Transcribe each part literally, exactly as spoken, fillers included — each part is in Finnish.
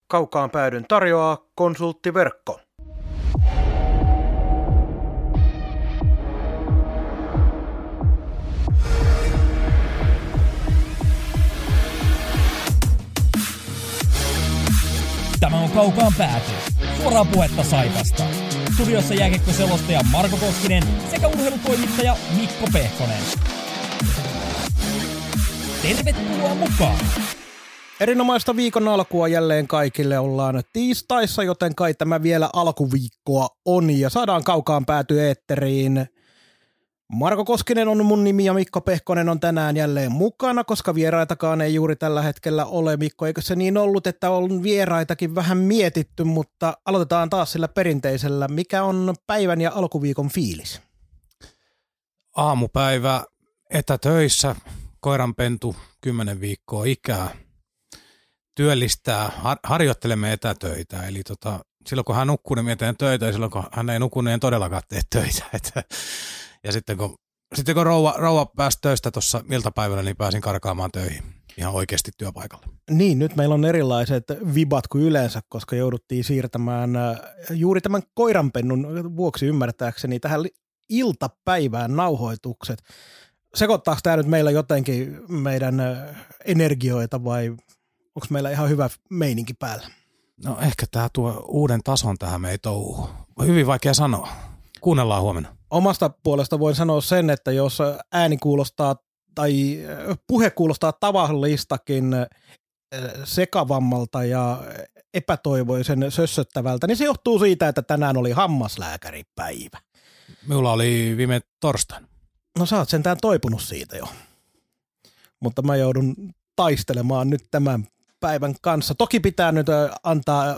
Kaukaan päädyn tarjoaa Konsulttiverkko. Tämä on Kaukaan pääty. Suoraa puhetta Saipasta. Studiossa jääkiekkoselostaja Marko Koskinen sekä urheilutoimittaja Mikko Pehkonen. Tervetuloa mukaan! Erinomaista viikon alkua jälleen kaikille. Ollaan tiistaissa, joten kai tämä vielä alkuviikkoa on ja saadaan Kaukaan pääty eetteriin. Marko Koskinen on mun nimi ja Mikko Pehkonen on tänään jälleen mukana, koska vieraitakaan ei juuri tällä hetkellä ole. Mikko, eikö se niin ollut, että on vieraitakin vähän mietitty, mutta aloitetaan taas sillä perinteisellä. Mikä on päivän ja alkuviikon fiilis? Aamupäivä etätöissä, koiranpentu, kymmenen viikkoa ikää, työllistää, har- harjoittelemme etätöitä, eli tota, silloin kun hän nukkuu, niin mietitään töitä, ja silloin kun hän ei nuku, niin en todellakaan tee töitä, että ja sitten kun, sitten kun rouva, rouva pääsi töistä tuossa iltapäivällä, niin pääsin karkaamaan töihin ihan oikeasti työpaikalle. Niin, nyt meillä on erilaiset vibat kuin yleensä, koska jouduttiin siirtämään juuri tämän koiranpennun vuoksi ymmärtääkseni tähän iltapäivään nauhoitukset. Sekoittaako tämä nyt meillä jotenkin meidän energioita vai onko meillä ihan hyvä meininki päällä? No ehkä tämä tuo uuden tason tähän meidän touhuun. Hyvin vaikea sanoa. Kuunnellaan huomenna. Omasta puolesta voin sanoa sen, että jos ääni kuulostaa tai puhe kuulostaa tavallistakin sekavammalta ja epätoivoisen sössöttävältä, niin se johtuu siitä, että tänään oli hammaslääkäripäivä. Minulla oli viime torstaina. No sä oot sentään toipunut siitä jo, mutta mä joudun taistelemaan nyt tämän päivän kanssa. Toki pitää nyt antaa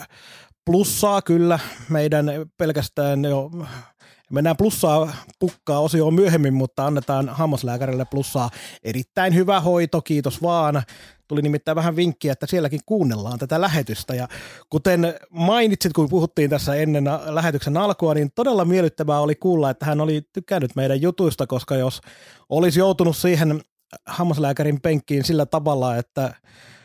plussaa kyllä meidän pelkästään jo. Mennään plussaa pukkaa osioon myöhemmin, mutta annetaan hammaslääkärille plussaa. Erittäin hyvä hoito, kiitos vaan. Tuli nimittäin vähän vinkkiä, että sielläkin kuunnellaan tätä lähetystä. Ja kuten mainitsit, kun puhuttiin tässä ennen lähetyksen alkua, niin todella miellyttävää oli kuulla, että hän oli tykännyt meidän jutuista, koska jos olisi joutunut siihen hammaslääkärin penkkiin sillä tavalla, että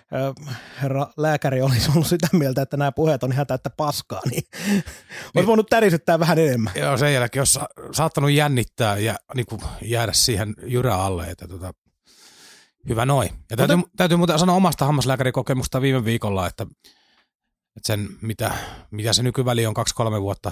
herra lääkäri olisi ollut sitä mieltä, että nämä puheet on ihan täyttä paskaa, niin olisi voinut tärisyttää vähän enemmän. Joo, sen jälkeen olisi saattanut jännittää ja niin kuin jäädä siihen jyrä alle, että tota, hyvä noin. Ja täytyy, Mutta... täytyy muuten sanoa omasta hammaslääkärikokemusta viime viikolla, että, että sen, mitä, mitä se nykyväli on kaksi-kolme vuotta,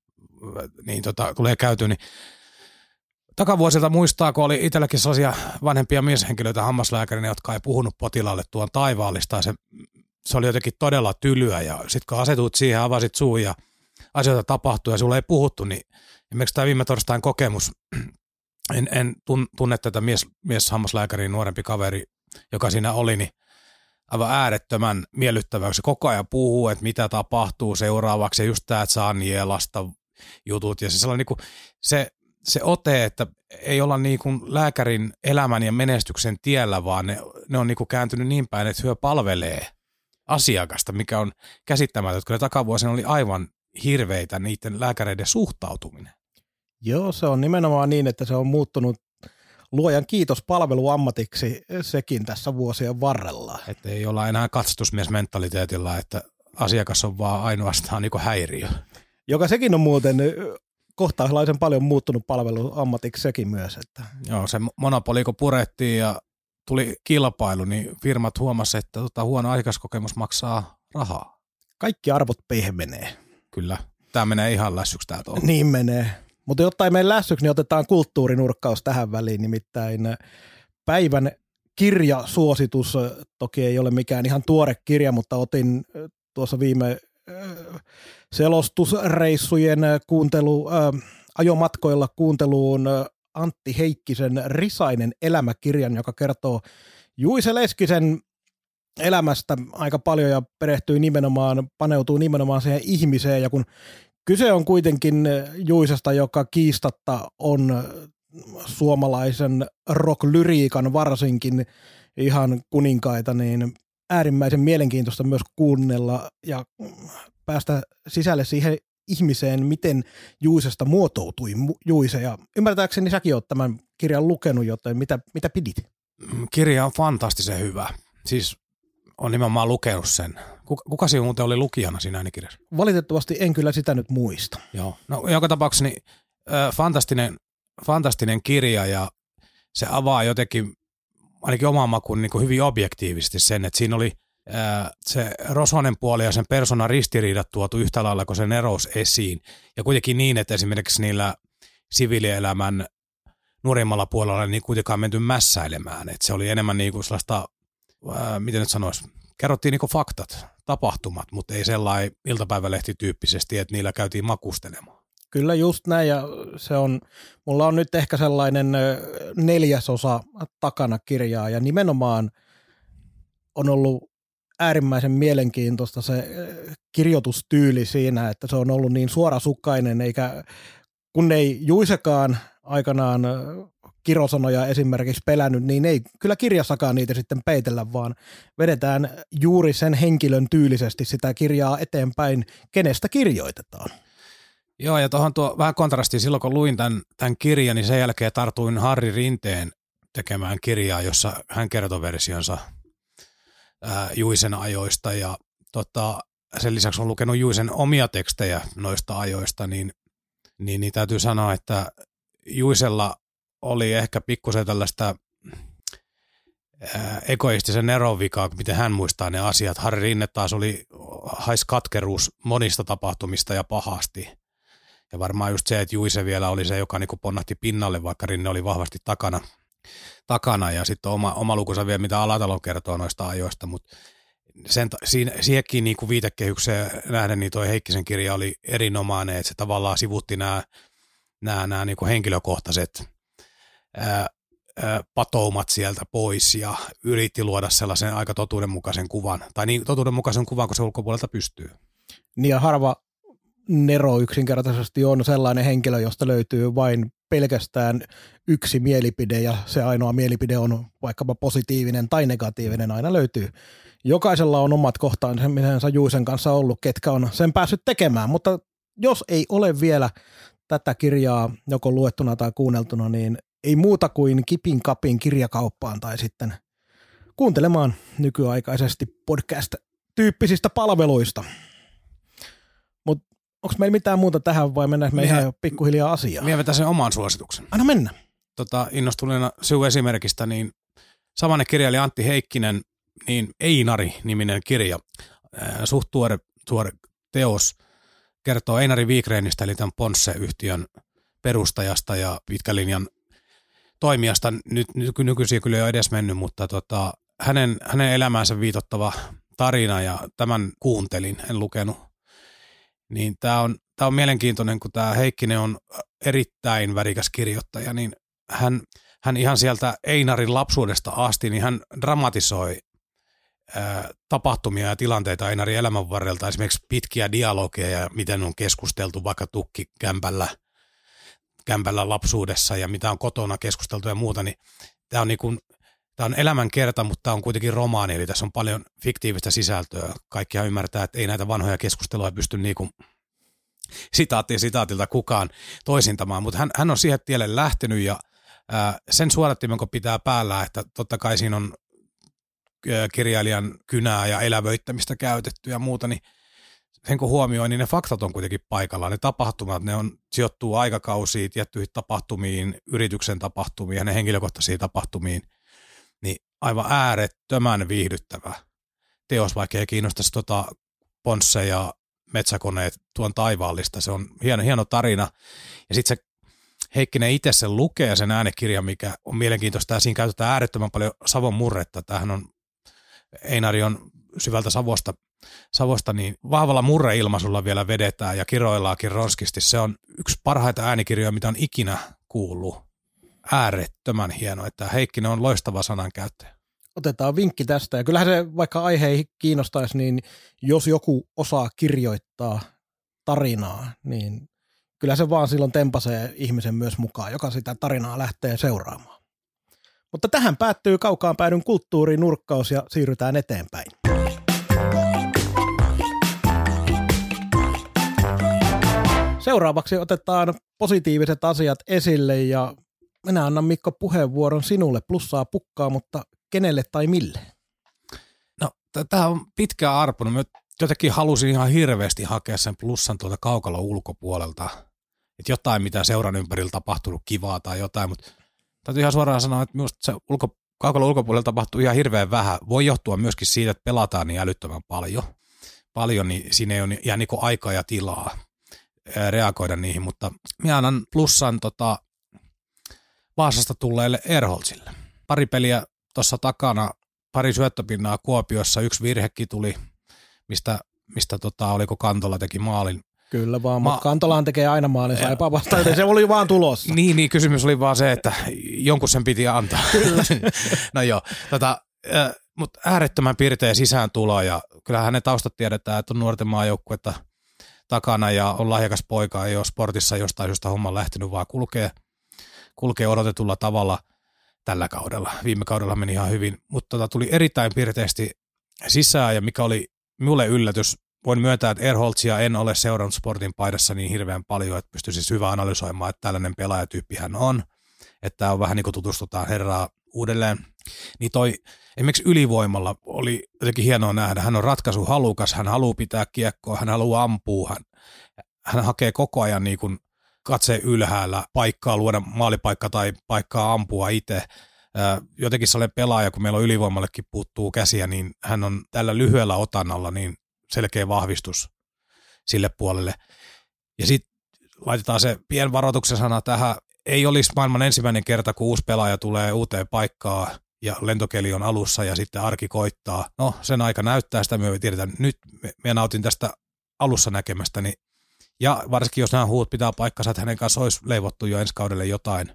niin tota, tulee käyty, niin takavuosilta muistaa, kun oli itselläkin sellaisia vanhempia mieshenkilöitä hammaslääkärinä, jotka ei puhunut potilaalle tuon taivaallista. Se, se oli jotenkin todella tylyä ja sitten kun asetut siihen, avasit suun ja asioita tapahtui ja sulle ei puhuttu, niin esimerkiksi tämä viime torstain kokemus, en, en tunne tätä mies, mieshammaslääkärin nuorempi kaveri, joka siinä oli, niin aivan äärettömän miellyttävää, se koko ajan puhuu, että mitä tapahtuu seuraavaksi ja just tämä, että saa nielasta jutut ja se sellainen niin kuin se Se ote, että ei olla niin kuin lääkärin elämän ja menestyksen tiellä, vaan ne, ne on niin kuin kääntynyt niin päin, että hyö palvelee asiakasta, mikä on käsittämätöntä, kun ne takavuosina oli aivan hirveitä niiden lääkäreiden suhtautuminen. Joo, se on nimenomaan niin, että se on muuttunut luojan kiitos palveluammatiksi sekin tässä vuosien varrella. Että ei olla enää katsastusmiesmentaliteetilla, että asiakas on vaan ainoastaan niin kuin häiriö. Joka sekin on muuten kohtalaisen paljon muuttunut palveluammatiksi sekin myös. Että. Joo, se monopoli kun purettiin ja tuli kilpailu, niin firmat huomasivat, että tota, huono asiakaskokemus maksaa rahaa. Kaikki arvot pehmenee. Kyllä, tämä menee ihan lässyksi tämä touhu. Niin menee, mutta jotta ei mene lässyksi, niin otetaan kulttuurinurkkaus tähän väliin, nimittäin päivän kirjasuositus, toki ei ole mikään ihan tuore kirja, mutta otin tuossa viime selostusreissujen kuuntelu, äh, ajomatkoilla kuunteluun äh, Antti Heikkisen Risainen elämäkirjan, joka kertoo Juise Leskisen elämästä aika paljon ja perehtyy nimenomaan, paneutuu nimenomaan siihen ihmiseen. Ja kun kyse on kuitenkin Juisesta, joka kiistatta on suomalaisen rock-lyriikan varsinkin ihan kuninkaita, niin äärimmäisen mielenkiintoista myös kuunnella ja päästä sisälle siihen ihmiseen, miten Juisesta muotoutui Juise. Ja ymmärtääkseni säkin oot tämän kirjan lukenut, joten mitä, mitä pidit? Kirja on fantastisen hyvä. Siis on nimenomaan lukenut sen. Kuka, kuka siinä muuten oli lukijana siinä äänikirjassa? Valitettavasti en kyllä sitä nyt muista. Joo. No joka tapauksessa niin, äh, fantastinen, fantastinen kirja ja se avaa jotenkin ainakin oman makuun niin kuin hyvin objektiivisesti sen, että siinä oli äh, se Rosonen puoli ja sen persoonan ristiriidat tuotu yhtä lailla kuin se nerous esiin. Ja kuitenkin niin, että esimerkiksi niillä siviilielämän nuorimmalla puolella niin kuitenkaan menty mässäilemään. Että se oli enemmän niin kuin sellaista, ää, miten nyt sanoisi, kerrottiin niin kuin faktat, tapahtumat, mutta ei sellainen iltapäivälehti-tyyppisesti, että niillä käytiin makustelemaan. Kyllä just näin, ja se on, mulla on nyt ehkä sellainen neljäsosa takana kirjaa, ja nimenomaan on ollut äärimmäisen mielenkiintoista se kirjoitustyyli siinä, että se on ollut niin suorasukkainen, eikä kun ei Juisekaan aikanaan kirosanoja esimerkiksi pelännyt, niin ei kyllä kirjassakaan niitä sitten peitellä, vaan vedetään juuri sen henkilön tyylisesti sitä kirjaa eteenpäin, kenestä kirjoitetaan. Joo, ja tuohon tuo vähän kontrasti, silloin kun luin tämän, tämän kirjan, niin sen jälkeen tartuin Harri Rinteen tekemään kirjaa, jossa hän kertoi versionsa ää, Juisen ajoista, ja tota, sen lisäksi on lukenut Juisen omia tekstejä noista ajoista, niin, niin, niin täytyy sanoa, että Juisella oli ehkä pikkusen tällaista ää, egoistisen eron vikaa, miten hän muistaa ne asiat. Harri Rinne taas oli hais katkeruus monista tapahtumista ja pahasti. Ja varmaan just se, että Juise vielä oli se, joka niinku ponnahti pinnalle, vaikka Rinne oli vahvasti takana. takana. Ja sitten oma, oma lukunsa vielä, mitä Alatalo kertoo noista ajoista. Mutta siihenkin niinku viitekehykseen nähden, niin toi Heikkisen kirja oli erinomainen, että se tavallaan sivutti nämä nämä, nämä niinku henkilökohtaiset ää, ää, patoumat sieltä pois ja yritti luoda sellaisen aika totuudenmukaisen kuvan. Tai niin totuudenmukaisen kuvan, kun se ulkopuolelta pystyy. Niin ja harva Nero yksinkertaisesti on sellainen henkilö, josta löytyy vain pelkästään yksi mielipide ja se ainoa mielipide on vaikkapa positiivinen tai negatiivinen, aina löytyy. Jokaisella on omat kohtaamisensa Juisen kanssa ollut, ketkä on sen päässyt tekemään, mutta jos ei ole vielä tätä kirjaa joko luettuna tai kuunneltuna, niin ei muuta kuin kipin kapin kirjakauppaan tai sitten kuuntelemaan nykyaikaisesti podcast-tyyppisistä palveluista. Mutta onko meillä mitään muuta tähän vai mennään me ihan jo pikkuhiljaa asiaan? Minä vetän sen oman suosituksen. Anna mennä. Tota, innostuneena sivuesimerkistä, niin samainen kirjailija Antti Heikkinen, niin Einari-niminen kirja, ää, suht tuore, tuore teos, kertoo Einari Wikgrenistä, eli tämän Ponsse-yhtiön perustajasta ja pitkän linjan toimijasta. Nyt nyky- nykyisin kyllä ei ole edes mennyt, mutta tota, hänen, hänen elämäänsä viitottava tarina, ja tämän kuuntelin, en lukenut. Niin tämä on, tää on mielenkiintoinen, kun tämä Heikkinen on erittäin värikäs kirjoittaja, niin hän, hän ihan sieltä Einarin lapsuudesta asti, niin hän dramatisoi ää, tapahtumia ja tilanteita Einarin elämän varrelta, esimerkiksi pitkiä dialogeja ja miten on keskusteltu vaikka tukkikämpällä kämpällä lapsuudessa ja mitä on kotona keskusteltu ja muuta, niin tämä on, niinku, on elämänkerta, mutta tämä on kuitenkin romaani, eli tässä on paljon fiktiivistä sisältöä. Kaikkihan ymmärtää, että ei näitä vanhoja keskusteluja pysty niinku sitaattia sitaatilta kukaan toisintamaan, mutta hän, hän on siihen tielle lähtenyt ja ää, sen suodattimen, kun pitää päällä, että totta kai siinä on ää, kirjailijan kynää ja elävöittämistä käytetty ja muuta, niin sen kun huomioi, niin ne faktat on kuitenkin paikallaan. Ne tapahtumat, ne on, sijoittuu aikakausiin, tiettyihin tapahtumiin, yrityksen tapahtumiin ja ne henkilökohtaisiin tapahtumiin, niin aivan äärettömän viihdyttävä teos, vaikka ei kiinnostaisi tota Ponsse ja metsäkoneet tuon taivaallista. Se on hieno, hieno tarina. Ja sitten se Heikkinen itse sen lukee, sen äänekirjan, mikä on mielenkiintoista. Ja siinä käytetään äärettömän paljon Savon murretta. Tämähän on, Einari on syvältä Savosta, Savosta niin vahvalla murreilmaisulla vielä vedetään ja kiroillaakin ronskisti. Se on yksi parhaita äänikirjoja, mitä on ikinä kuullut. Äärettömän hieno, että Heikkinen on loistava sanankäyttäjä. Otetaan vinkki tästä. Ja kyllähän se, vaikka aihe ei kiinnostaisi, niin jos joku osaa kirjoittaa tarinaa, niin kyllä se vaan silloin tempasee ihmisen myös mukaan, joka sitä tarinaa lähtee seuraamaan. Mutta tähän päättyy kaukaan päädyn kulttuurinurkkaus ja siirrytään eteenpäin. Seuraavaksi otetaan positiiviset asiat esille ja minä annan Mikko puheenvuoron sinulle. Plussaa pukkaa, mutta kenelle tai mille? No tämä on pitkään arpunut. Mä jotenkin halusin ihan hirveästi hakea sen plussan tuolta kaukalon ulkopuolelta. Että jotain, mitä seuran ympärillä tapahtunut kivaa tai jotain, mutta täytyy ihan suoraan sanoa, että minusta se ulko, kaukalon ulkopuolella tapahtuu ihan hirveän vähän. Voi johtua myöskin siitä, että pelataan niin älyttömän paljon. Paljon, niin siinä ei ole jää niin aikaa ja tilaa reagoida niihin, mutta minä annan plussan tota, Vaasasta tulleelle Erholtsille. Pari peliä tuossa takana, pari syöttöpinnaa Kuopiossa, yksi virhekin tuli, mistä, mistä tota, oliko Kantola teki maalin. Kyllä vaan, Ma- mutta Kantolahan tekee aina maalin Saipaa vastaan, joten se oli vaan tulossa. Niin, niin, kysymys oli vaan se, että jonkun sen piti antaa. Kyllä. No joo, tota, äh, mutta äärettömän pirteä sisään tuloa ja kyllähän hänen taustat tiedetään, että on nuorten maajoukkuetta takana ja on lahjakas poika, ei ole sportissa jostain syystä homman lähtenyt, vaan kulkee, kulkee odotetulla tavalla tällä kaudella. Viime kaudella meni ihan hyvin, mutta tota, tuli erittäin pirteästi sisään ja mikä oli minulle yllätys, voin myöntää, että Erholtsia en ole seurannut sportin paidassa niin hirveän paljon, että pystyisin hyvä analysoimaan, että tällainen pelaajatyyppi hän on, että tämä on vähän niin kuin tutustutaan herraa uudelleen. Niin toi esimerkiksi ylivoimalla oli jotenkin hienoa nähdä, hän on ratkaisuhalukas, hän haluaa pitää kiekkoa, hän haluaa ampua, hän, hän hakee koko ajan niin kuin katse ylhäällä paikkaa, luoda maalipaikka tai paikkaa ampua itse. Jotenkin sellainen pelaaja, kun meillä on ylivoimallekin puuttuu käsiä, niin hän on tällä lyhyellä otannalla niin selkeä vahvistus sille puolelle. Ja sitten laitetaan se pien varoituksen sana tähän. Ei olisi maailman ensimmäinen kerta, kun uusi pelaaja tulee uuteen paikkaan ja lentokeli on alussa ja sitten arki koittaa. No, sen aika näyttää sitä, me tiedetään. Nyt me nautin tästä alussa näkemästäni. Ja varsinkin, jos nämä huut pitää paikkansa, että hänen kanssa olisi leivottu jo ensi kaudelle jotain,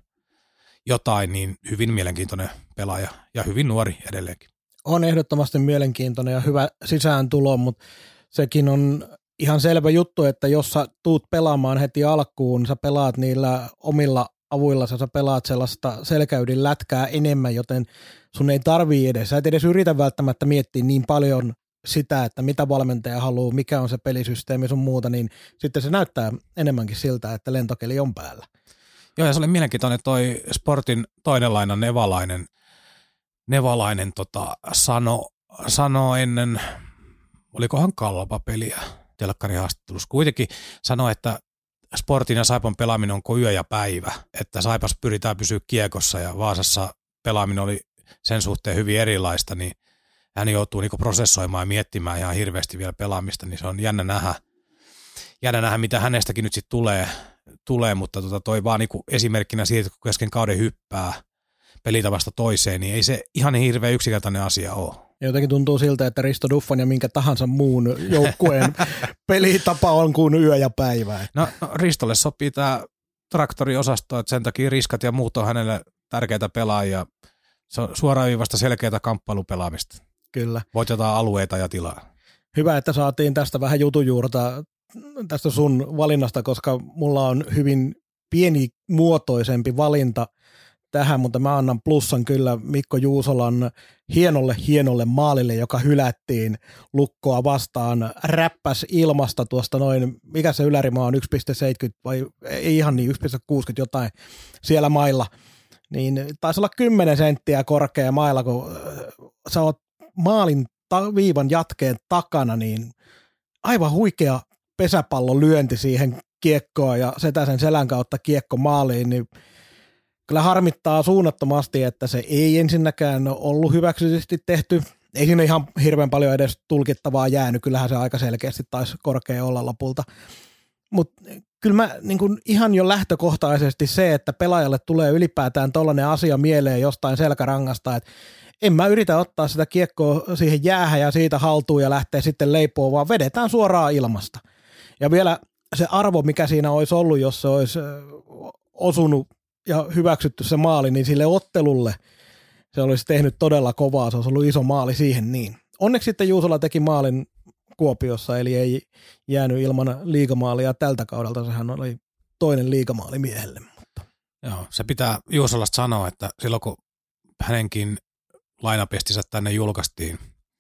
jotain, niin hyvin mielenkiintoinen pelaaja ja hyvin nuori edelleenkin. On ehdottomasti mielenkiintoinen ja hyvä sisääntulo, mutta sekin on ihan selvä juttu, että jos sä tuut pelaamaan heti alkuun, sä pelaat niillä omilla avuilla, sä pelaat sellaista selkäydin lätkää enemmän, joten sun ei tarvii edes, sä et edes yritä välttämättä miettiä niin paljon sitä, että mitä valmentaja haluaa, mikä on se pelisysteemi sun muuta, niin sitten se näyttää enemmänkin siltä, että lentokeli on päällä. Joo, ja se oli mielenkiintoinen toi Sportin toinen laina Nevalainen, Nevalainen tota, sano, sano ennen, olikohan Kalpa-peliä telkkarihaastattelussa, kuitenkin sanoi, että Sportin ja Saipan pelaaminen on kuin yö ja päivä, että Saipas pyritään pysyä kiekossa ja Vaasassa pelaaminen oli sen suhteen hyvin erilaista, niin hän joutuu niinku prosessoimaan ja miettimään ihan hirveästi vielä pelaamista, niin se on jännä nähdä, jännä nähdä mitä hänestäkin nyt sitten tulee, tulee, mutta tota toi vaan niinku esimerkkinä siitä, kun kesken kauden hyppää pelitavasta toiseen, niin ei se ihan niin hirveän yksinkertainen asia ole. Ja jotenkin tuntuu siltä, että Risto Duffan ja minkä tahansa muun joukkueen pelitapa on kuin yö ja päivä. No, no Ristolle sopii tämä traktoriosasto, että sen takia riskat ja muut on hänelle tärkeitä pelaajia. Se on suoraviivasta selkeää kamppailupelaamista. Kyllä. Voitetaan alueita ja tilaa. Hyvä, että saatiin tästä vähän jutujuurta tästä sun valinnasta, koska mulla on hyvin pienimuotoisempi valinta tähän, mutta mä annan plussan kyllä Mikko Juusolan hienolle hienolle maalille, joka hylättiin Lukkoa vastaan. Räppäs ilmasta tuosta noin, mikä se ylärimaa on, yksi pilkku seitsemänkymmentä vai ei ihan niin, yksi pilkku kuusikymmentä jotain siellä mailla. Niin taisi olla kymmenen senttiä korkea mailla, kun sä oot maalin ta- viivan jatkeen takana, niin aivan huikea pesäpallon lyönti siihen kiekkoon ja Setäsen selän kautta kiekko maaliin, niin kyllä harmittaa suunnattomasti, että se ei ensinnäkään ollut hyväksytysti tehty. Ei siinä ihan hirveän paljon edes tulkittavaa jäänyt, kyllähän se aika selkeästi taisi korkea olla lopulta. Mutta kyllä mä niin kun ihan jo lähtökohtaisesti se, että pelaajalle tulee ylipäätään tollainen asia mieleen jostain selkärangasta, että en mä yritä ottaa sitä kiekkoa siihen jäähän ja siitä haltuun ja lähteä sitten leipoon, vaan vedetään suoraan ilmasta. Ja vielä se arvo, mikä siinä olisi ollut, jos se olisi osunut ja hyväksytty se maali, niin sille ottelulle se olisi tehnyt todella kovaa, se olisi ollut iso maali siihen niin. Onneksi sitten Juusola teki maalin Kuopiossa, eli ei jäänyt ilman liigamaalia tältä kaudelta, sehän oli toinen liigamaali miehelle. Mutta. Joo, se pitää Juusolasta sanoa, että silloin kun hänenkin lainapestinsä tänne julkaistiin,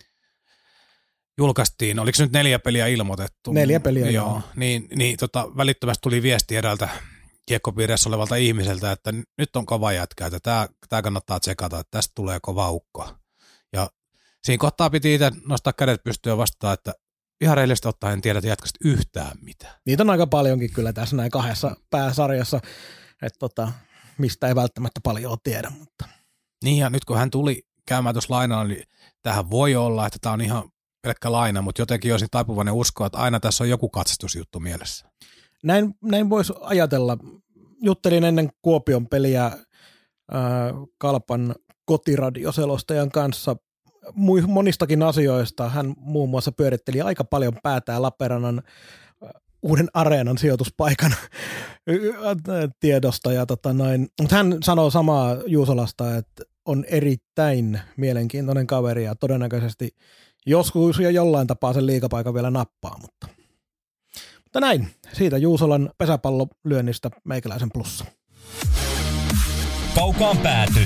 julkaistiin, oliko se nyt neljä peliä ilmoitettu? Neljä peliä, joo. joo. Niin, niin tota, välittömästi tuli viesti eräältä kiekkopiirissä olevalta ihmiseltä, että nyt on kova jätkä, että tämä, tämä kannattaa tsekata, että tästä tulee kova ukko. Ja siinä kohtaa piti itse nostaa kädet pystyä vastaan, että ihan reellisesti ottaen en tiedä, että jatkaisi yhtään mitään. Niitä on aika paljonkin kyllä tässä näin kahdessa pääsarjassa, että tota, mistä ei välttämättä paljon tiedä. Mutta. Niin ja nyt kun hän tuli käymään tuossa lainalla, niin tähän voi olla, että tämä on ihan pelkkä laina, mutta jotenkin olisin taipuvainen uskoa, että aina tässä on joku katsastusjuttu mielessä. Näin, näin voisi ajatella. Juttelin ennen Kuopion peliä ää, Kalpan kotiradioselostajan kanssa monistakin asioista. Hän muun muassa pyöritteli aika paljon päätään Lappeenrannan uuden areenan sijoituspaikan tiedosta. Ja tota noin. Mutta hän sanoo samaa Juusolasta, että on erittäin mielenkiintoinen kaveri ja todennäköisesti joskus ja jollain tapaa sen liigapaikan vielä nappaa. Mutta, mutta näin, siitä Juusolan pesäpallolyönnistä meikäläisen plussa. Kaukaan pääty.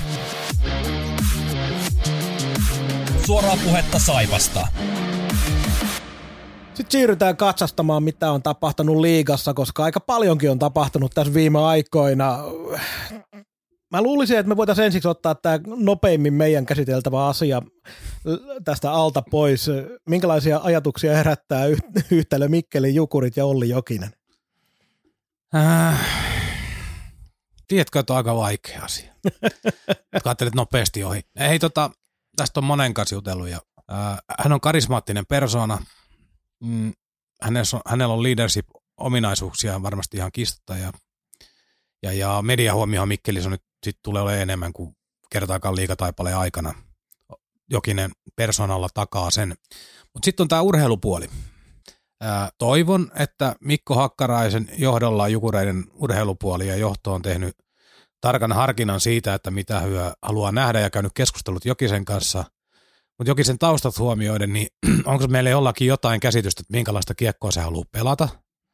Suoraa puhetta Saipasta. Sitten siirrytään katsastamaan, mitä on tapahtunut liigassa, koska aika paljonkin on tapahtunut tässä viime aikoina. Mä luulisin, että me voitaisiin ensiksi ottaa tämä nopeimmin meidän käsiteltävä asia tästä alta pois. Minkälaisia ajatuksia herättää yhtälö Mikkelin Jukurit ja Olli Jokinen? Äh, tiedätkö, että on aika vaikea asia. Katselet nopeasti ohi. Ei, tota, tästä on monen kanssa jutellut. Ja, äh, hän on karismaattinen persoona. Mm, hänellä, on, hänellä on leadership-ominaisuuksia varmasti ihan kistatta. Ja, ja, ja mediahuomiohan Mikkelissä nyt sit tulee olemaan enemmän kuin kertaakaan liigataipaleen aikana. Jokinen persoonalla takaa sen. Mutta sitten on tämä urheilupuoli. Ää, toivon, että Mikko Hakkaraisen johdolla Jukureiden urheilupuoli ja johto on tehnyt tarkan harkinnan siitä, että mitä hyö haluaa nähdä ja käynyt keskustelut Jokisen kanssa. Mutta Jokisen taustat huomioiden, niin onko meillä jollakin jotain käsitystä, että minkälaista kiekkoa se haluaa pelata?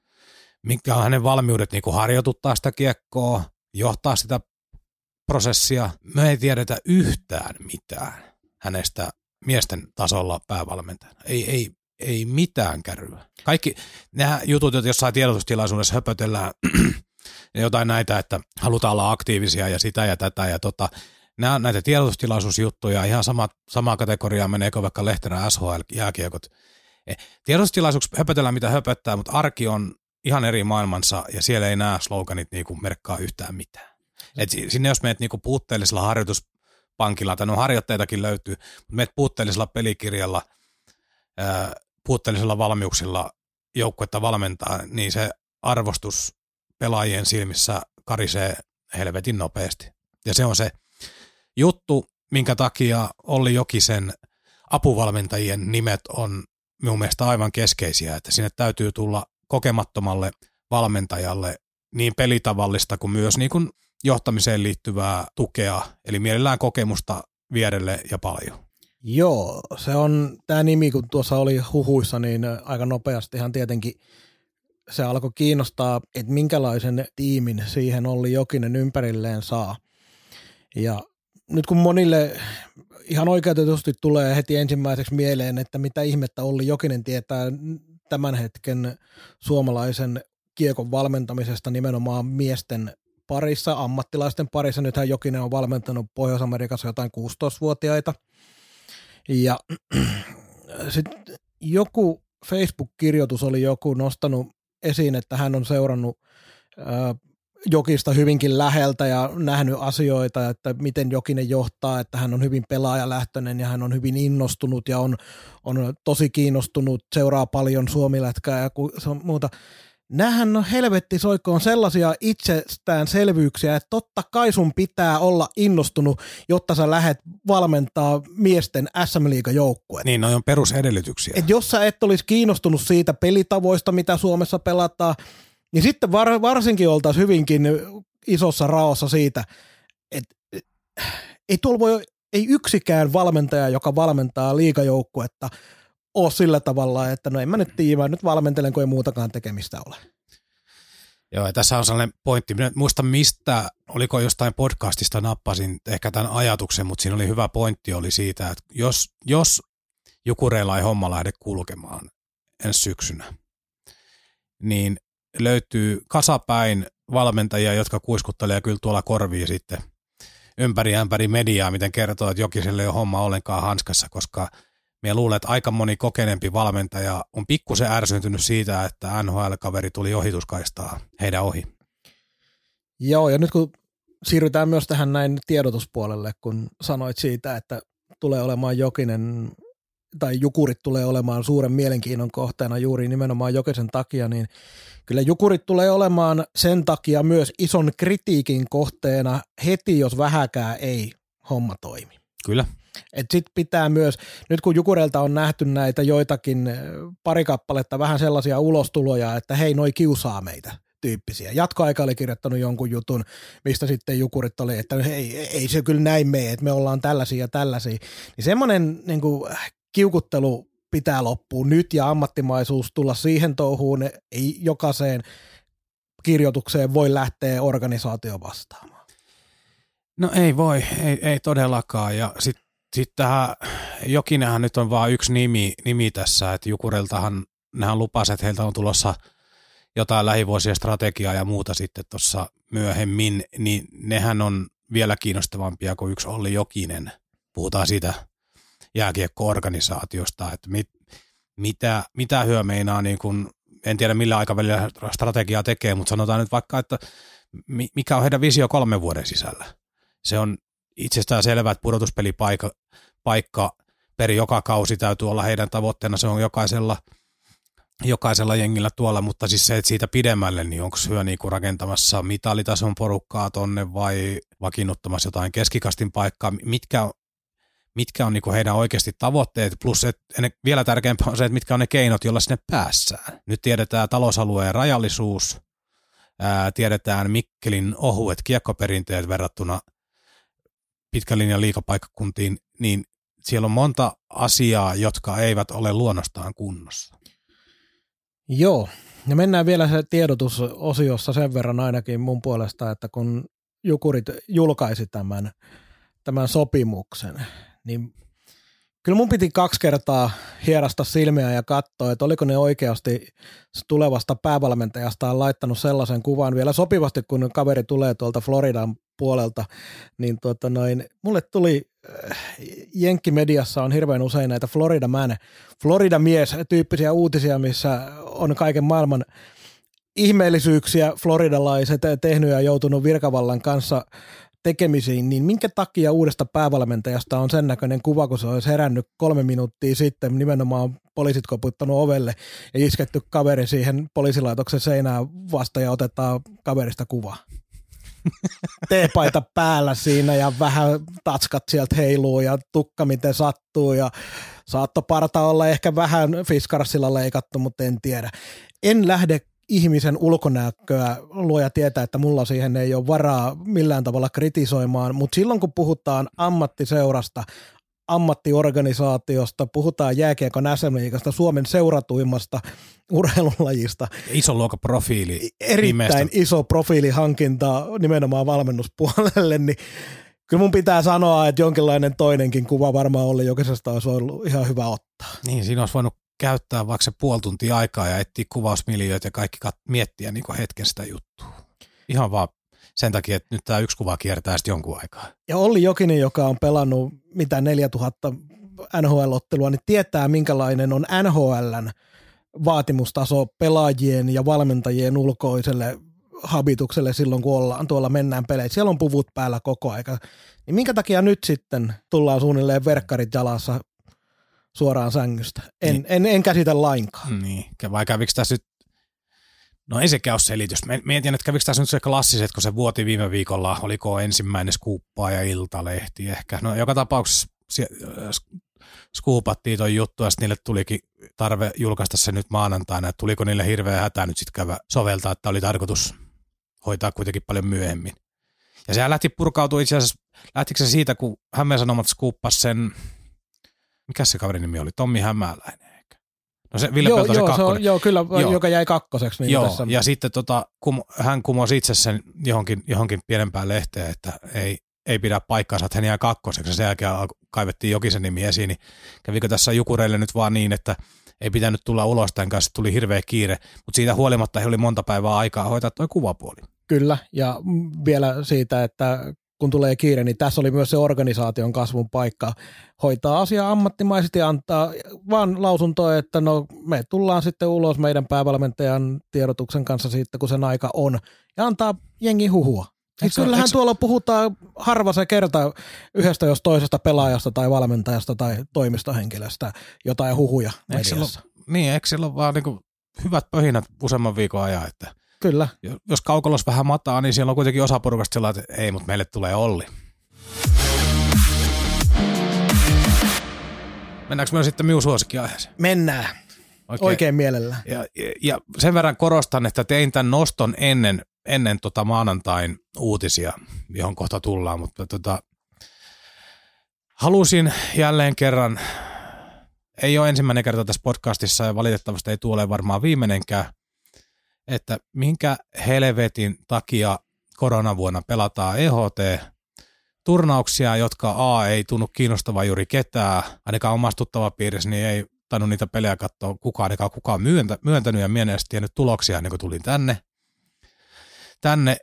Mitkä on hänen valmiudet niin kuin harjoituttaa sitä kiekkoa, johtaa sitä prosessia? Me ei tiedetä yhtään mitään hänestä miesten tasolla päävalmentajana. Ei, ei, ei mitään kärryä. Kaikki nämä jutut, joita jossain tiedotustilaisuudessa höpötellään, jotain näitä, että halutaan olla aktiivisia ja sitä ja tätä ja tota, nämä on näitä tiedotustilaisuusjuttuja, ihan sama, samaa kategoriaa meneekö vaikka Lehterä S H L-jääkiekot. Tiedotustilaisuuksissa höpötellään mitä höpöttää, mutta arki on ihan eri maailmansa ja siellä ei nämä sloganit niinku merkkaa yhtään mitään. Et sinne jos meet niinku puutteellisella harjoituspankilla, tai no harjoitteitakin löytyy, mutta meet puutteellisella pelikirjalla, ää, puutteellisella valmiuksilla joukkuetta valmentaa, niin se arvostus pelaajien silmissä karisee helvetin nopeasti. Ja se on se juttu, minkä takia Olli Jokisen apuvalmentajien nimet on minun mielestä aivan keskeisiä, että sinne täytyy tulla kokemattomalle valmentajalle niin pelitavallista kuin myös niin kuin johtamiseen liittyvää tukea, eli mielellään kokemusta vierelle ja paljon. Joo, se on tämä nimi, kun tuossa oli huhuissa, niin aika nopeastihan tietenkin se alkoi kiinnostaa, että minkälaisen tiimin siihen Olli Jokinen ympärilleen saa. Ja nyt kun monille ihan oikeutetusti tulee heti ensimmäiseksi mieleen, että mitä ihmettä Olli Jokinen tietää tämän hetken suomalaisen kiekon valmentamisesta nimenomaan miesten parissa, ammattilaisten parissa. Nythän Jokinen on valmentanut Pohjois-Amerikassa jotain kuusitoistavuotiaita. Ja sitten joku Facebook-kirjoitus oli joku nostanut esiin, että hän on seurannut ää, Jokista hyvinkin läheltä ja nähnyt asioita, että miten Jokinen johtaa, että hän on hyvin pelaajalähtöinen ja hän on hyvin innostunut ja on, on tosi kiinnostunut, seuraa paljon suomilätkää ja muuta. Nämähän on helvetti soikkoon sellaisia itsestäänselvyyksiä, että totta kai sun pitää olla innostunut, jotta sä lähdet valmentaa miesten S M-liigajoukkuetta. Niin, noi on perusedellytyksiä. Et jos sä et olisi kiinnostunut siitä pelitavoista, mitä Suomessa pelataan, niin sitten var, varsinkin oltaisiin hyvinkin isossa raossa siitä, että ei tuolla voi, ei yksikään valmentaja, joka valmentaa liigajoukkuetta, ole sillä tavalla, että no en mä nyt tiivää, nyt valmentelen, kun ei muutakaan tekemistä ole. Joo, ja tässä on sellainen pointti. Minä en muista mistä, oliko jostain podcastista nappasin ehkä tämän ajatuksen, mutta siinä oli hyvä pointti oli siitä, että jos, jos Jukureilla ei homma lähde kulkemaan ensi syksynä, niin löytyy kasapäin valmentajia, jotka kuiskuttelee kyllä tuolla korviin sitten ympäri ämpäri mediaa, miten kertoo, että Jokiselle ei ole homma ollenkaan hanskassa, koska Minä luulen, että aika moni kokeneempi valmentaja on pikkusen ärsyntynyt siitä, että N H L-kaveri tuli ohituskaistaa heidän ohi. Joo, ja nyt kun siirrytään myös tähän näin tiedotuspuolelle, kun sanoit siitä, että tulee olemaan Jokinen, tai Jukurit tulee olemaan suuren mielenkiinnon kohteena juuri nimenomaan Jokisen takia, niin kyllä Jukurit tulee olemaan sen takia myös ison kritiikin kohteena heti, jos vähäkään ei homma toimi. Kyllä. Et sit pitää myös, nyt kun Jukureilta on nähty näitä joitakin pari kappaletta vähän sellaisia ulostuloja, että hei, noi kiusaa meitä tyyppisiä. Jatkoaika oli kirjoittanut jonkun jutun, mistä sitten Jukurit oli, että ei, ei se kyllä näin mene, että me ollaan tällaisia ja tällaisia. Niin semmoinen niin kuin kiukuttelu pitää loppua nyt ja ammattimaisuus tulla siihen touhuun, ei jokaiseen kirjoitukseen voi lähteä organisaatio vastaamaan. No ei voi, ei, ei todellakaan. Ja sitten sit tähän Jokinenhan nyt on vaan yksi nimi, nimi tässä, että Jukuriltahan nehän lupasivat, että heiltä on tulossa jotain lähivuosien strategiaa ja muuta sitten tuossa myöhemmin, niin nehän on vielä kiinnostavampia kuin yksi Olli Jokinen. Puhutaan siitä jääkiekko-organisaatiosta, että mit, mitä, mitä hyö meinaa, niin kun, en tiedä millä aikavälillä strategiaa tekee, mutta sanotaan nyt vaikka, että mikä on heidän visio kolmen vuoden sisällä. Se on itsestään selvää, että pudotuspelipaikka paikka per joka kausi täytyy olla heidän tavoitteena, se on jokaisella jokaisella jengillä tuolla, mutta siis se, että siitä pidemmälle, niin onko hyö niinku rakentamassa mitalitason porukkaa tonne vai vakiinnuttamassa jotain keskikastin paikkaa, mitkä on, mitkä on niinku heidän oikeasti tavoitteet, plus että vielä tärkeämpää on se, että mitkä on ne keinot, joilla sinne päässään. Nyt tiedetään talousalueen rajallisuus, ää, tiedetään Mikkelin ohuet kiekkoperinteet verrattuna pitkän linjan liigapaikkakuntiin, niin siellä on monta asiaa, jotka eivät ole luonnostaan kunnossa. Joo, ja mennään vielä se tiedotusosiossa sen verran ainakin mun puolesta, että kun Jukurit julkaisi tämän, tämän sopimuksen, niin kyllä mun piti kaksi kertaa hierasta silmiä ja katsoa, että oliko ne oikeasti tulevasta päävalmentajastaan laittanut sellaisen kuvan vielä sopivasti, kun kaveri tulee tuolta Floridan puolelta, niin tuota noin, mulle tuli jenkkimediassa on hirveän usein näitä Florida man, Florida mies tyyppisiä uutisia, missä on kaiken maailman ihmeellisyyksiä floridalaiset tehnyt ja joutunut virkavallan kanssa tekemisiin, niin minkä takia uudesta päävalmentajasta on sen näköinen kuva, kun se olisi herännyt kolme minuuttia sitten, nimenomaan poliisit koputtanut ovelle ja isketty kaveri siihen poliisilaitoksen seinään vasta ja otetaan kaverista kuva. Teepaita päällä siinä ja vähän tatskat sieltä heiluu ja tukka miten sattuu ja saatto parta olla ehkä vähän fiskarsilla leikattu, mutta en tiedä. En lähde ihmisen ulkonäköä, luoja tietää, että mulla siihen ei ole varaa millään tavalla kritisoimaan, mutta silloin kun puhutaan ammattiseurasta, ammattiorganisaatiosta, puhutaan jääkiekon äs äm-liigasta, Suomen seuratuimmasta urheilulajista. Iso luokan profiili. Erittäin nimestä. Iso profiilihankinta nimenomaan valmennuspuolelle, niin kyllä mun pitää sanoa, että jonkinlainen toinenkin kuva varmaan Olli Jokisesta olisi ollut ihan hyvä ottaa. Niin, siinä olisi voinut käyttää vaikka se puoli tuntia aikaa ja etsiä kuvausmiljöitä ja kaikki kat- miettiä niin hetken sitä juttua. Ihan vaan sen takia, että nyt tämä yksi kuva kiertää sitten jonkun aikaa. Ja Olli Jokinen, joka on pelannut mitä neljätuhatta N H L-ottelua, niin tietää minkälainen on N H L:n vaatimustaso pelaajien ja valmentajien ulkoiselle habitukselle silloin, kun ollaan tuolla mennään peleissä. Siellä on puvut päällä koko aika. Niin minkä takia nyt sitten tullaan suunnilleen verkkarit jalassa suoraan sängystä? En, niin. en, en käsitä lainkaan. Niin, vai kävikö tässä nyt, no ei sekään ole selitys. Mietin, että kävikö tässä nyt se klassiset, kun se vuoti viime viikolla, oliko ensimmäinen skuuppaa ja Iltalehti ehkä. No joka tapauksessa skuupattiin toi juttu, ja sitten niille tulikin tarve julkaista se nyt maanantaina, että tuliko niille hirveä hätä nyt sitten käydä soveltaa, että oli tarkoitus hoitaa kuitenkin paljon myöhemmin. Ja sehän lähti purkautua itse asiassa, lähtikö se siitä, kun Hämeen Sanomat skuuppasi sen, mikä se kaverin nimi oli, Tommi Hämäläinen ehkä. No se Ville Peltosen joo, kakkonen. On, joo, kyllä, joo. Joka jäi kakkoseksi. Niin joo, tässä. Ja sitten tota, kum, hän kumosi itse sen johonkin, johonkin pienempään lehteen, että ei, ei pidä paikkaansa, että hän jää kakkoseksi, ja sen jälkeen kaivettiin Jokisen nimi esiin, niin kävikö tässä Jukureille nyt vaan niin, että ei pitänyt tulla ulos tämän kanssa, tuli hirveä kiire, mutta siitä huolimatta he oli monta päivää aikaa hoitaa tuo kuvapuoli. Kyllä, ja vielä siitä, että kun tulee kiire, niin tässä oli myös se organisaation kasvun paikka hoitaa asiaa ammattimaisesti ja antaa vaan lausuntoa, että no me tullaan sitten ulos meidän päävalmentajan tiedotuksen kanssa siitä, kun sen aika on, ja antaa jengi huhua. Siis kyllähän eikö... tuolla puhutaan harva se kerta yhdestä jos toisesta pelaajasta tai valmentajasta tai toimistohenkilöstä jotain huhuja mediassa. Eikö ole, niin, eikö siellä ole vaan niin kuin hyvät pöhinät useamman viikon ajan, että kyllä. Jos kaukolos vähän mataa, niin siellä on kuitenkin osa porukasta sellainen, että ei, mutta meille tulee Olli. Mennäänkö me sitten minun suosikkiaiheeseen? Mennään. Oikein, Oikein mielellään. Ja, ja, ja sen verran korostan, että tein tämän noston ennen, ennen tota maanantain uutisia, johon kohta tullaan, mutta tota, halusin jälleen kerran, ei ole ensimmäinen kerta tässä podcastissa ja valitettavasti ei tule varmaan viimeinenkään, että minkä helvetin takia koronavuonna pelataan E H T-turnauksia, jotka A ei tunnu kiinnostavaa juuri ketään, ainakaan omassa tuttavapiirissä, niin ei tainnut niitä pelejä katsoa kukaan, eikä kukaan myöntä, myöntänyt ja mielestäni tiennyt tuloksia ennen kuin tulin tänne. Tänne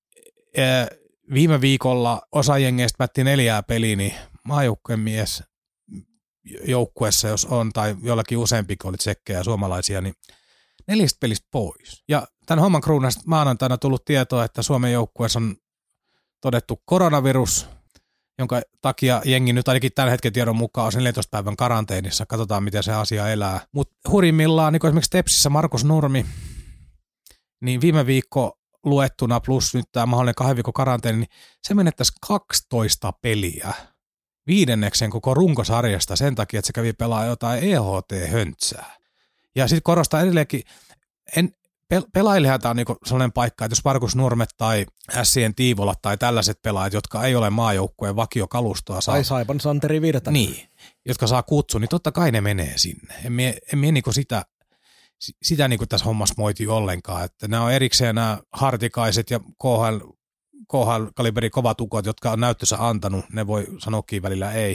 viime viikolla osa jengeistä päätti neljää peliä, niin maajoukkueen mies joukkueessa, jos on, tai jollakin useampi, kun oli tsekkejä ja suomalaisia, niin neljästä pelistä pois. Ja tämän homman kruunasta maanantaina tullut tietoa, että Suomen joukkueessa on todettu koronavirus, jonka takia jengi nyt ainakin tämän hetken tiedon mukaan on neljäntoista päivän karanteenissa. Katsotaan, miten se asia elää. Mutta hurimmillaan, niin kuin esimerkiksi Tepsissä Markus Nurmi, niin viime viikko luettuna plus nyt tämä mahdollinen kahden viikon karanteeni, niin se menettäisi kaksitoista peliä viidenneksen koko runkosarjasta sen takia, että se kävi pelaa jotain E H T-höntsää. Ja sitten korostaa edelleenkin, en, pel- pelailijahan tämä on niinku sellainen paikka, että jos Markus Nurmet tai Sien Tiivola tai tällaiset pelaajat, jotka ei ole maajoukkueen vakiokalustoa saa. Tai Saipan Santeri Virtanen. Niin, jotka saa kutsun, niin totta kai ne menee sinne. En mie, en mie niinku sitä, sitä niinku tässä hommassa moiti ollenkaan, että nämä on erikseen nämä Hartikaiset ja K H L, K H L-kaliberi kovat ukot, jotka on näyttössä antanut, ne voi sanoakin välillä ei.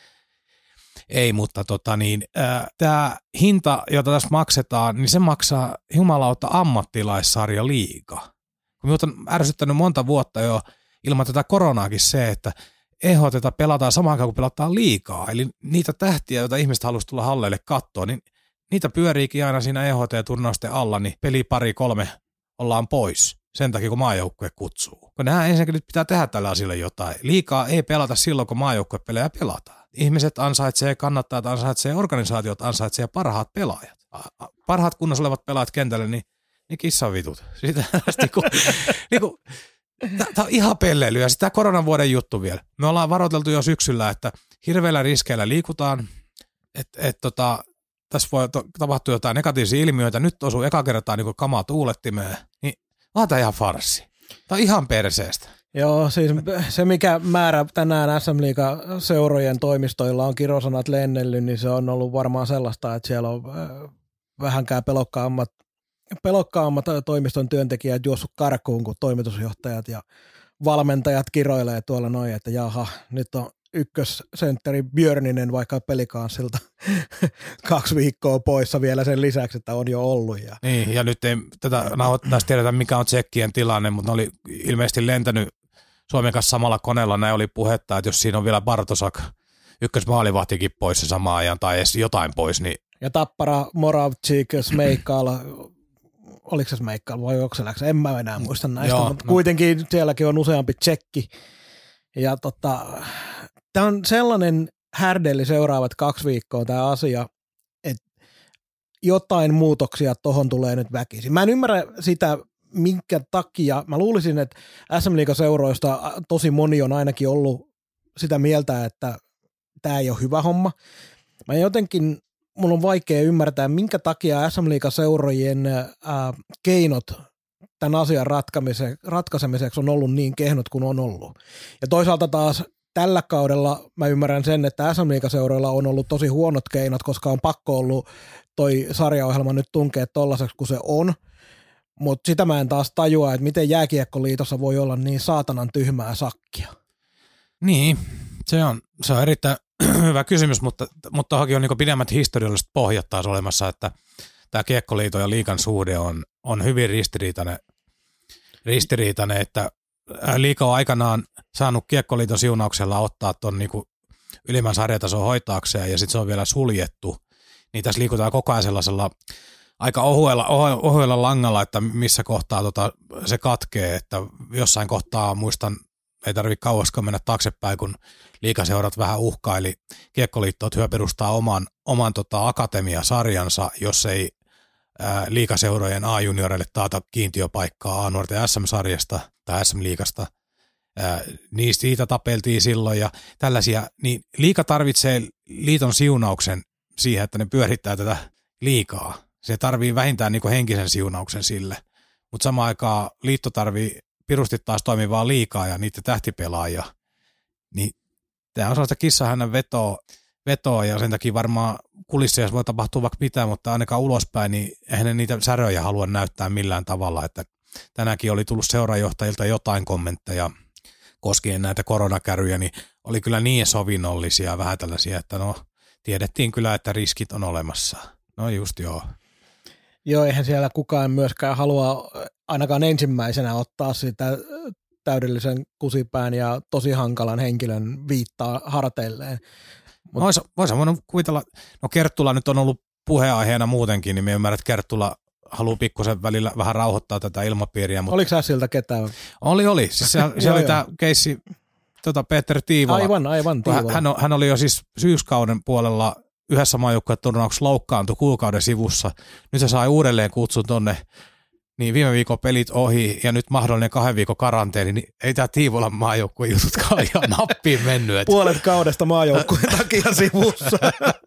Ei, mutta tota niin, äh, tämä hinta, jota tässä maksetaan, niin se maksaa jumalauta ammattilaissarja liiga. Minut on ärsyttänyt monta vuotta jo ilman tätä koronaakin se, että E H T:tä pelataan samaan aikaan, kun pelataan liigaa. Eli niitä tähtiä, joita ihmiset haluaisi tulla halleille katsoa, niin niitä pyöriikin aina siinä E H T-turnausten alla, niin peli pari kolme ollaan pois sen takia, kun maajoukkue kutsuu. Kun nämä ensinnäkin nyt pitää tehdä tällä asialla jotain. Liigaa ei pelata silloin, kun maajoukkuepelejä pelataan. Ihmiset ansaitsee, kannattajat ansaitsee, organisaatiot ansaitsee parhaat pelaajat. Parhaat kunnossa olevat pelaajat kentälle, niin, niin kissavitut. Sitä, niinku, niinku, tämä on ihan pelleilyä. Ja sitä koronan vuoden juttu vielä. Me ollaan varoiteltu jo syksyllä, että hirveillä riskeillä liikutaan, että et, tota, tässä voi to, tapahtua jotain negatiivisia ilmiöitä. Nyt osuu eka kertaa niin kamaa tuulettimeen. Niin on tämä ihan farssi. Tämä on ihan perseestä. Joo, siis se mikä määrä tänään S M-liigan seurojen toimistoilla on kirosanat lennellyt, niin se on ollut varmaan sellaista, että siellä on vähänkään pelokkaammat, pelokkaammat toimiston työntekijät juossut karkuun, kun toimitusjohtajat ja valmentajat kiroilee tuolla noin, että jaha, nyt on ykkössentteri Björninen vaikka pelikanssilta kaksi viikkoa poissa vielä sen lisäksi, että on jo ollut. Ja. Niin, ja nyt ei tätä nauhoittaisi tiedetä, mikä on tsekkien tilanne, mutta ne oli ilmeisesti lentänyt Suomen kanssa samalla koneella. Näin oli puhetta, että jos siinä on vielä Bartosak ykkösmaalivahtikin pois samaan ajan tai edes jotain pois, niin... Ja Tappara, Moravcik, Smejkal, oliko se Smejkal vai Okseläks, en mä enää muista näistä, Joo, mutta no. Kuitenkin sielläkin on useampi tsekki. Ja tota, tämä on sellainen härdelli seuraavat kaksi viikkoa tämä asia, että jotain muutoksia tohon tulee nyt väkisin. Mä en ymmärrä sitä, minkä takia. Mä luulisin, että S M-liigan seuroista tosi moni on ainakin ollut sitä mieltä, että tämä ei ole hyvä homma. Mä jotenkin, mun on vaikea ymmärtää, minkä takia S M-liigan seurojen ää, keinot tämän asian ratkaisemiseksi on ollut niin kehnot kuin on ollut. Ja toisaalta taas tällä kaudella mä ymmärrän sen, että S M-liigan seuroilla on ollut tosi huonot keinot, koska on pakko ollut toi sarjaohjelma nyt tunkea tollaiseksi kuin se on. Mutta sitä mä en taas tajua, että miten Jääkiekkoliitossa voi olla niin saatanan tyhmää sakkia. Niin, se on, se on erittäin hyvä kysymys, mutta, mutta tohonkin on niin pidemmät historialliset pohjat taas olemassa, että tämä Kiekkoliiton ja liigan suhde on, on hyvin ristiriitainen, ristiriitainen, että Liiga on aikanaan saanut Kiekkoliiton siunauksella ottaa tuon niinku ylimmän sarjatason hoitaakseen ja sitten se on vielä suljettu, niin tässä liikutaan koko ajan sellaisella aika ohuella, ohuella langalla, että missä kohtaa tota se katkee, että jossain kohtaa muistan, ei tarvitse kauaskaan mennä taaksepäin, kun liigaseurat vähän uhkaili Kiekkoliitto, että hyö perustaa oman, oman tota akatemiasarjansa, jos ei ää, liigaseurojen A-junioreille taata kiintiöpaikkaa A-nuorten S M-sarjasta tai S M-liigasta. Ää, niin siitä tapeltiin silloin ja tällaisia, niin liiga tarvitsee liiton siunauksen siihen, että ne pyörittää tätä liigaa. Se tarvii vähintään niin kuin henkisen siunauksen sille, mutta samaan aikaan liitto tarvii pirusti taas toimivaa liigaa ja niiden tähtipelaajia. Niin tämä on sellaista kissahännän vetoa, vetoa ja sen takia varmaan kulisseissa voi tapahtua vaikka mitään, mutta ainakaan ulospäin, niin eihän ne niitä säröjä halua näyttää millään tavalla. Että tänäänkin oli tullut seurajohtajilta jotain kommentteja koskien näitä koronakäryjä, niin oli kyllä niin sovinnollisia vähän tällaisia, että no tiedettiin kyllä, että riskit on olemassa. No just joo. Joo, eihän siellä kukaan myöskään halua ainakaan ensimmäisenä ottaa sitä täydellisen kusipään ja tosi hankalan henkilön viittaa harteilleen. Mut Vois, vois voinut kuvitella, no Kerttula nyt on ollut puheenaiheena muutenkin, niin minä ymmärrän, että Kerttula haluaa pikkusen välillä vähän rauhoittaa tätä ilmapiiriä. Mutta oliko siltä ketään? Oli, oli. Siis se, se oli tämä keissi tota Peter Tiivola. Aivan, aivan Tiivola. Hän, hän oli jo siis syyskauden puolella yhdessä maajoukkueturnauksessa loukkaantui kuukauden sivussa. Nyt se sai uudelleen kutsun tonne, niin viime viikon pelit ohi ja nyt mahdollinen kahden viikon karanteeni, niin ei tämä Tiivolan maajoukkueen jututkaan ihan nappiin mennyt. Puolet kaudesta maajoukkueen takia sivussa.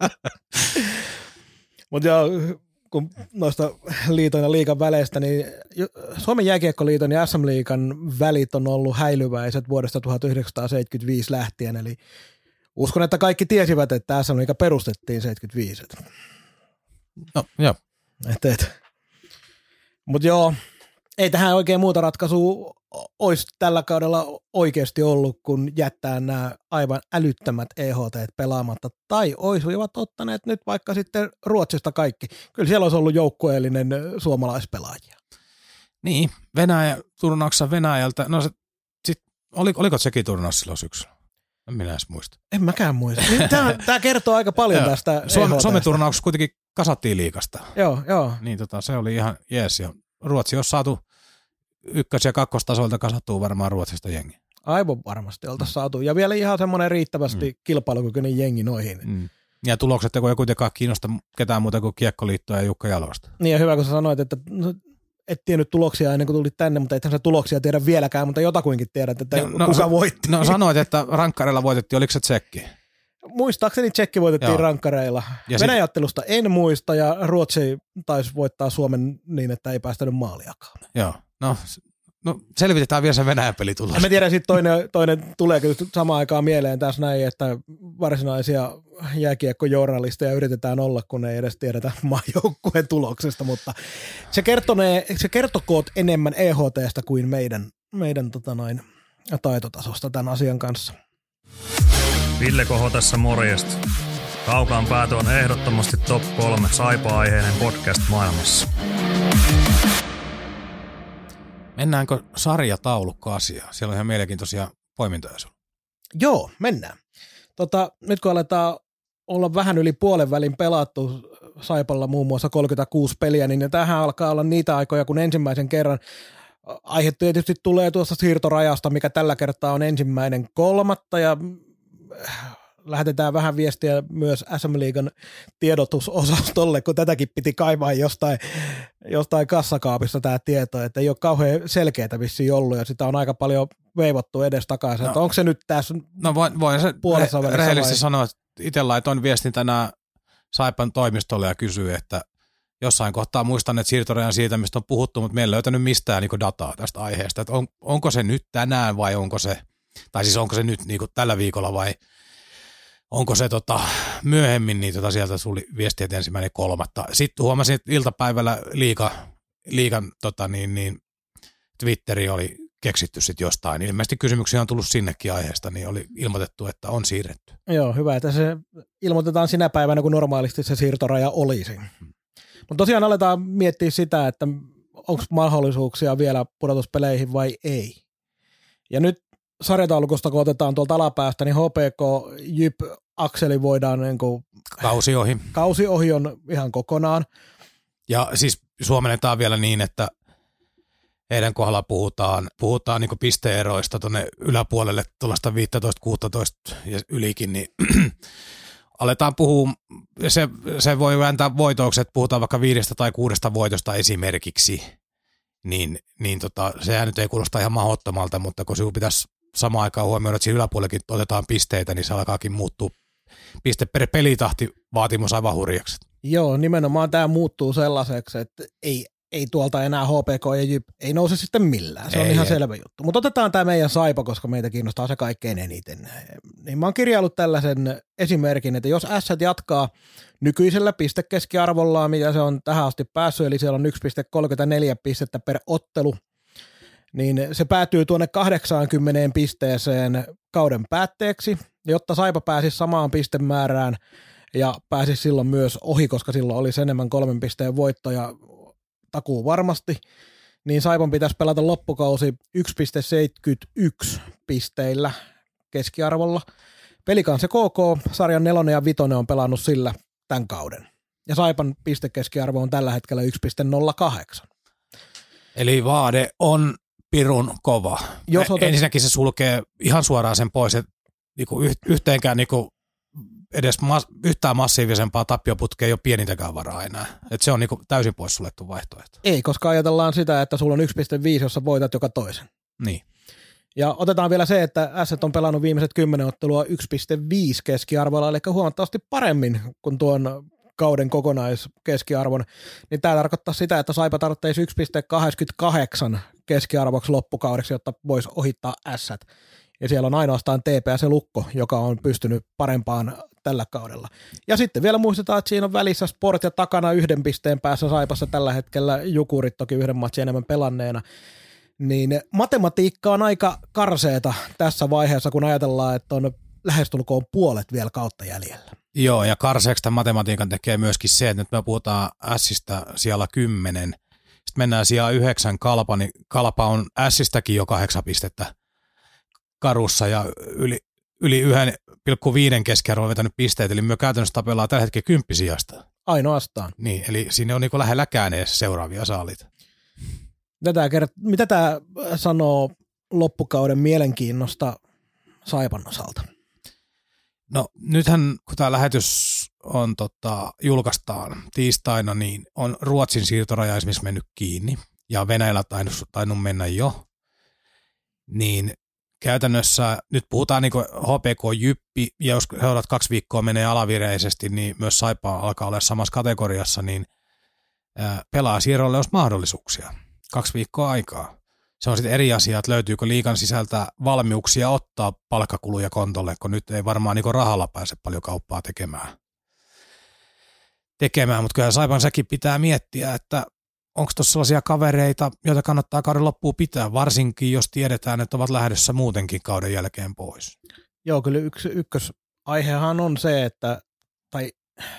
Mutta joo, kun noista liiton ja liigan väleistä, niin Suomen jääkiekkoliiton ja S M-liigan välit on ollut häilyväiset vuodesta tuhatyhdeksänsataaseitsemänkymmentäviisi lähtien, eli uskon, että kaikki tiesivät, että S M-liiga perustettiin seitsemänkymmentäviisi. No, joo. Et, et. Mutta joo, ei tähän oikein muuta ratkaisua olisi tällä kaudella oikeasti ollut, kun jättää nämä aivan älyttömät E H T pelaamatta, tai olisivat ottaneet nyt vaikka sitten Ruotsista kaikki. Kyllä siellä olisi ollut joukkueellinen suomalaispelaajia. Niin, Venäjä, turnauksessa Venäjältä, no se, sit, oli, oliko sekin turnaus silloin syksyllä? En minä edes muista. En mäkään muista. Tämä, tämä kertoo aika paljon tästä Suomen, Suomen turnauksessa kuitenkin kasattiin liigasta. Joo, joo. Niin tota, se oli ihan jees. Ja Ruotsi on saatu ykkös- ja kakkostasoilta kasattua varmaan Ruotsista jengi. Aivan varmasti oltaisiin mm. saatu. Ja vielä ihan semmoinen riittävästi mm. kilpailukykyinen jengi noihin. Mm. Ja tulokset ei kuitenkaan kiinnosta ketään muuta kuin Kiekkoliittoa ja Jukka Jalosta. Niin ja hyvä, kun sä sanoit, että et tiennyt tuloksia ennen kuin tulit tänne, mutta ethän sä tuloksia tiedä vieläkään, mutta jotakuinkin tiedät, että no, kuka no, voitti. No sanoit, että rankkareilla voitettiin, oliko se tsekki? Muistaakseni tsekki voitettiin Joo. rankkareilla. Venäjäottelusta en muista ja Ruotsi taisi voittaa Suomen niin, että ei päästänyt maaliakaan. Joo, no, no selvitetään vielä se Venäjän pelitulos. En mä tiedä, sitten toinen, toinen tulee kyllä samaan aikaan mieleen tässä näin, että varsinaisia jääkiekkojournalisteja yritetään olla, kun ei edes tiedetä maajoukkueen tuloksesta, mutta se, kertonee, se kertokoot enemmän E H T:stä kuin meidän, meidän tota noin, taitotasosta tämän asian kanssa. Ville Koho tässä morjesta. Kaukaan päätö on ehdottomasti top kolme Saipa-aiheinen podcast maailmassa. Mennäänkö sarjataulukko-asiaan? Siellä on ihan mielenkiintoisia poimintoja sulla. Joo, mennään. Tota, nyt kun aletaan olla vähän yli puolen välin pelattu Saipalla muun muassa kolmekymmentäkuusi peliä, niin tämähän alkaa olla niitä aikoja, kun ensimmäisen kerran aihe tietysti tulee tuosta siirtorajasta, mikä tällä kertaa on ensimmäinen kolmatta ja lähetetään vähän viestiä myös S M-liigan tiedotusosastolle, kun tätäkin piti kaivaa jostain, jostain kassakaapista tämä tieto, että ei ole kauhean selkeää vissiin ollut ja sitä on aika paljon veivottu edes takaisin, no, että onko se nyt tässä no voin, voin se puolessa välissä rehellisesti vai? Sanoa, että itse laitoin viestin tänään Saipan toimistolle ja kysyin, että jossain kohtaa muistan, että siirtorajan siitä, mistä on puhuttu, mutta meillä ei löytänyt mistään niin dataa tästä aiheesta, että on, onko se nyt tänään vai onko se, tai siis onko se nyt niin tällä viikolla vai onko se tota, myöhemmin, niin tota, sieltä tuli viestiä, että ensimmäinen kolmatta. Sitten huomasin, että iltapäivällä liiga, liigan tota, niin, niin, Twitteri oli keksitty sitten jostain. Ilmeisesti kysymyksiä on tullut sinnekin aiheesta, niin oli ilmoitettu, että on siirretty. Joo, hyvä, että se ilmoitetaan sinä päivänä, kun normaalisti se siirtoraja olisi. Hmm. Mutta tosiaan aletaan miettiä sitä, että onko mahdollisuuksia vielä pudotuspeleihin vai ei. Ja nyt sarjataulukosta, kun otetaan tuolta alapäästä, niin H P K, Jyp, akseli voidaan niin kuin, Kausi ohi. Kausi ohi on ihan kokonaan. Ja siis suomennetaan vielä niin, että heidän kohdalla puhutaan, puhutaan niin pisteeroista tuonne yläpuolelle tuollaista viisitoista kuusitoista ja ylikin, niin aletaan puhua, se, se voi vääntää voitoksi, että puhutaan vaikka viidestä tai kuudesta voitosta esimerkiksi, niin, niin tota, sehän nyt ei kuulosta ihan mahdottomalta, mutta kun sinun pitäisi samaan aikaan huomioida, että siinä yläpuolellakin otetaan pisteitä, niin se alkaakin muuttua piste per pelitahti vaatimus aivan hurjaksi. Joo, nimenomaan tämä muuttuu sellaiseksi, että ei, ei tuolta enää H P K ja Jyp ei nouse sitten millään. Se ei, on ihan ei. selvä juttu. Mutta otetaan tämä meidän Saipa, koska meitä kiinnostaa se kaikkein eniten. Niin mä oon kirjaillut tällaisen esimerkin, että jos Ässät jatkaa nykyisellä pistekeskiarvollaan, mitä se on tähän asti päässyt, eli siellä on yksi pilkku kolmekymmentäneljä pistettä per ottelu, niin se päätyy tuonne kahdeksankymmentä pisteeseen kauden päätteeksi, jotta Saipa pääsisi samaan pistemäärään ja pääsisi silloin myös ohi, koska silloin olisi enemmän kolmen pisteen voittoja takuu varmasti, niin Saipan pitäisi pelata loppukausi yksi pilkku seitsemänkymmentäyksi pisteillä keskiarvolla. Pelikansa K K, sarjan nelonen ja vitonen on pelannut sillä tämän kauden. Ja Saipan pistekeskiarvo on tällä hetkellä yksi pilkku nolla kahdeksan. Eli vaade on pirun kova. Jos otet... Ensinnäkin se sulkee ihan suoraan sen pois, että niinku yhteenkään niinku edes mas- yhtään massiivisempaa tappioputkea ei ole pienintäkään varaa enää. Et se on niinku täysin pois suljettu vaihtoehto. Ei, koska ajatellaan sitä, että sulla on yksi pilkku viisi, jossa voitat joka toisen. Niin. Ja otetaan vielä se, että Ässät on pelannut viimeiset kymmenen ottelua yksi pilkku viisi keskiarvolla, eli huomattavasti paremmin kuin tuon kauden kokonaiskeskiarvon, niin tämä tarkoittaa sitä, että Saipa tarvitsisi yksi pilkku kahdeksankymmentäkahdeksan keskiarvoksi loppukaudeksi, jotta voisi ohittaa Ässät. Ja siellä on ainoastaan T P S ja Lukko, joka on pystynyt parempaan tällä kaudella. Ja sitten vielä muistetaan, että siinä on välissä Sport ja takana yhden pisteen päässä Saipassa tällä hetkellä Jukurit toki yhden matsin enemmän pelanneena. Niin matematiikka on aika karseeta tässä vaiheessa, kun ajatellaan, että on lähestulkoon puolet vielä kautta jäljellä. Joo, ja karseeksi tämän matematiikan tekee myöskin se, että nyt me puhutaan Ässistä siellä kymmenen. Sitten mennään siellä yhdeksän Kalpa, niin Kalpa on Ässistäkin jo kahdeksan pistettä karussa ja yli, yli yksi pilkku viisi keskiarvoa vetänyt pisteet, eli me käytännössä tapellaan tällä hetkellä kymppisijasta. Ainoastaan. Niin, eli siinä on niin kuin lähelläkään edes seuraavia saalit. Tätä kert- mitä tämä sanoo loppukauden mielenkiinnosta Saipan osalta? No nythän, kun tämä lähetys on tota, julkaistaan tiistaina, niin on Ruotsin siirtoraja esimerkiksi mennyt kiinni, ja Venäjällä tainnut, tainnut mennä jo, niin käytännössä nyt puhutaan niin kuin H P K-Jyppi, ja jos seuraat kaksi viikkoa menee alavireisesti, niin myös Saipa alkaa olla samassa kategoriassa, niin ää, pelaa siirrolle olisi mahdollisuuksia. Kaksi viikkoa aikaa. Se on sitten eri asia, että löytyykö liigan sisältä valmiuksia ottaa palkkakuluja kontolle, kun nyt ei varmaan niin rahalla pääse paljon kauppaa tekemään. tekemään. Mutta kyllä Saipan säkin pitää miettiä, että onko tuossa sellaisia kavereita, joita kannattaa kauden loppuun pitää, varsinkin jos tiedetään, että ovat lähdössä muutenkin kauden jälkeen pois. Joo, kyllä yksi ykkösaihehan on se, että, tai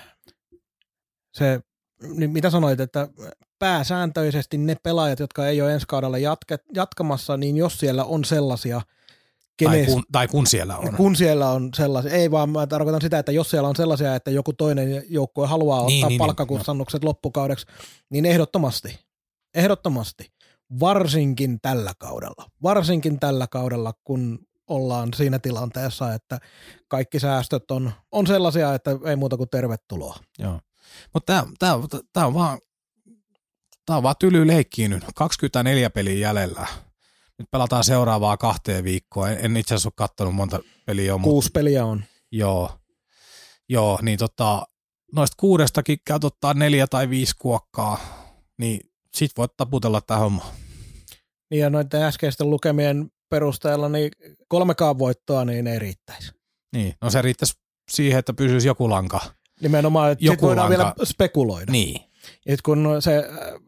se, niin mitä sanoit, että pääsääntöisesti ne pelaajat, jotka ei ole ensi kaudella jatke, jatkamassa, niin jos siellä on sellaisia, kenes, tai, kun, tai kun siellä on. Kun siellä on sellaisia, ei vaan mä tarkoitan sitä, että jos siellä on sellaisia, että joku toinen joukkue haluaa niin, ottaa niin, palkkakustannukset niin, loppukaudeksi, niin ehdottomasti, ehdottomasti, varsinkin tällä kaudella, varsinkin tällä kaudella, kun ollaan siinä tilanteessa, että kaikki säästöt on, on sellaisia, että ei muuta kuin tervetuloa. Joo, mutta tämä on vaan Tämä on vaan tyly leikkiä nyt. kaksikymmentäneljä peliä jäljellä. Nyt pelataan seuraavaa kahteen viikkoa. En, en itse asiassa ole katsonut monta peliä. Kuusi mutta, peliä on. Joo. Joo, niin tota, noista kuudestakin käyt ottaa neljä tai viisi kuokkaa, niin sit voit taputella tämä homma. Niin ja noiden äskeisten lukemien perusteella niin kolmekaan voittoa niin ei riittäisi. Niin, no se riittäisi siihen, että pysyisi joku lanka. Nimenomaan, että sitten voidaan vielä spekuloida. Niin. Et kun se,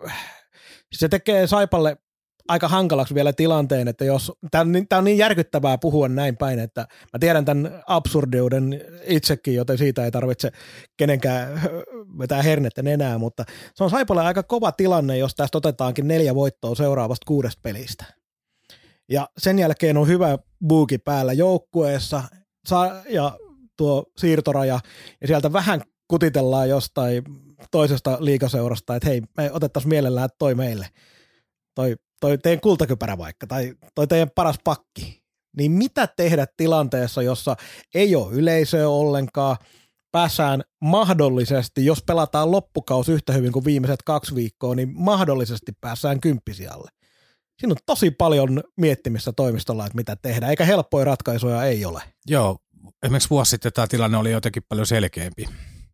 se tekee Saipalle aika hankalaksi vielä tilanteen, että jos, tämä on, on niin järkyttävää puhua näin päin, että mä tiedän tämän absurdiuden itsekin, joten siitä ei tarvitse kenenkään vetää hernettä nenää, mutta se on Saipalle aika kova tilanne, jos tästä otetaankin neljä voittoa seuraavasta kuudesta pelistä. Ja sen jälkeen on hyvä buuki päällä joukkueessa ja tuo siirtoraja, ja sieltä vähän kutitellaan jostain toisesta liigaseurasta, että hei, me otettaisiin mielellään toi meille, toi, toi teidän kultakypärä vaikka, tai toi teidän paras pakki. Niin mitä tehdä tilanteessa, jossa ei ole yleisöä ollenkaan, päässään mahdollisesti, jos pelataan loppukaus yhtä hyvin kuin viimeiset kaksi viikkoa, niin mahdollisesti päässään kymppisijalle. Siinä on tosi paljon miettimistä toimistolla, että mitä tehdään, eikä helppoja ratkaisuja ei ole. Joo, esimerkiksi vuosi sitten tämä tilanne oli jotenkin paljon selkeämpi,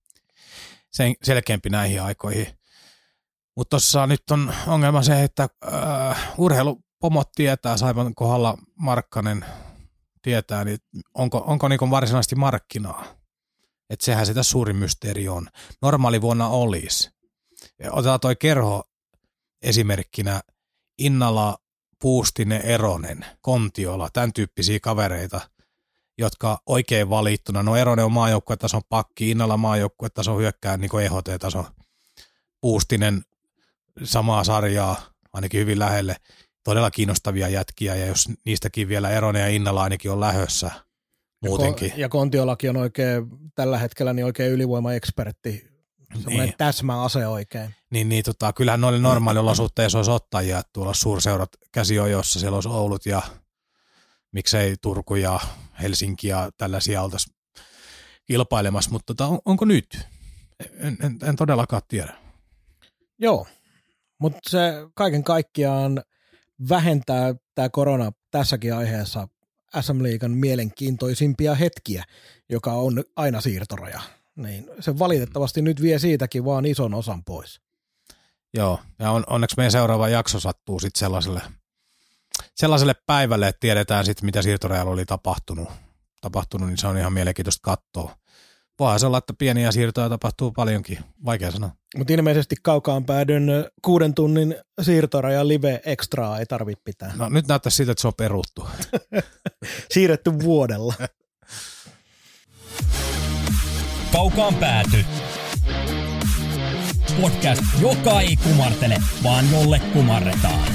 Sen, selkeämpi näihin aikoihin. Mutta tuossa nyt on ongelma se, että äh, urheilupomot tietää, Saipan kohdalla Markkanen tietää, niin onko, onko niin varsinaisesti markkinaa. Että sehän sitä suurin mysteeri on. Normaali vuonna olisi. Otetaan toi Kerho esimerkkinä. Innala, Puustinen, Eronen, Kontiola, tämän tyyppisiä kavereita, jotka oikein valittuna. No Eronen on maajoukkuetason pakki, Innala maajoukkuetason hyökkää niin kuin E H T-tason. Puustinen samaa sarjaa, ainakin hyvin lähelle. Todella kiinnostavia jätkiä, ja jos niistäkin vielä Eronen ja Innala ainakin on lähössä muutenkin. Ja Kontiolakin on oikein tällä hetkellä niin oikein ylivoimaekspertti, semmoinen niin. Täsmäase oikein. Niin, niin tota, kyllähän noille normaaliolosuhteissa olisi ottajia, että tuolla suurseurat käsiojossa, siellä olisi Oulut ja miksei Turku ja Helsinki ja tällaisia oltaisiin kilpailemassa, mutta tota, on, onko nyt? En, en, en todellakaan tiedä. Joo, mutta se kaiken kaikkiaan vähentää tämä korona tässäkin aiheessa S M-liigan mielenkiintoisimpia hetkiä, joka on aina siirtoraja. Niin se valitettavasti nyt vie siitäkin vaan ison osan pois. Joo, ja on, onneksi meidän seuraava jakso sattuu sitten sellaiselle, sellaiselle päivälle, että tiedetään sitten, mitä siirtorajalla oli tapahtunut. tapahtunut, niin se on ihan mielenkiintoista katsoa. Voihan se olla, että pieniä siirtoja tapahtuu paljonkin, vaikea sanoa. Mutta ilmeisesti kaukaan päädyn kuuden tunnin siirtoraja live extraa ei tarvitse pitää. No nyt näyttää siltä, että se on peruttu. Siirretty vuodella. Kaukaan pääty. Podcast, joka ei kumartele, vaan jolle kumarretaan.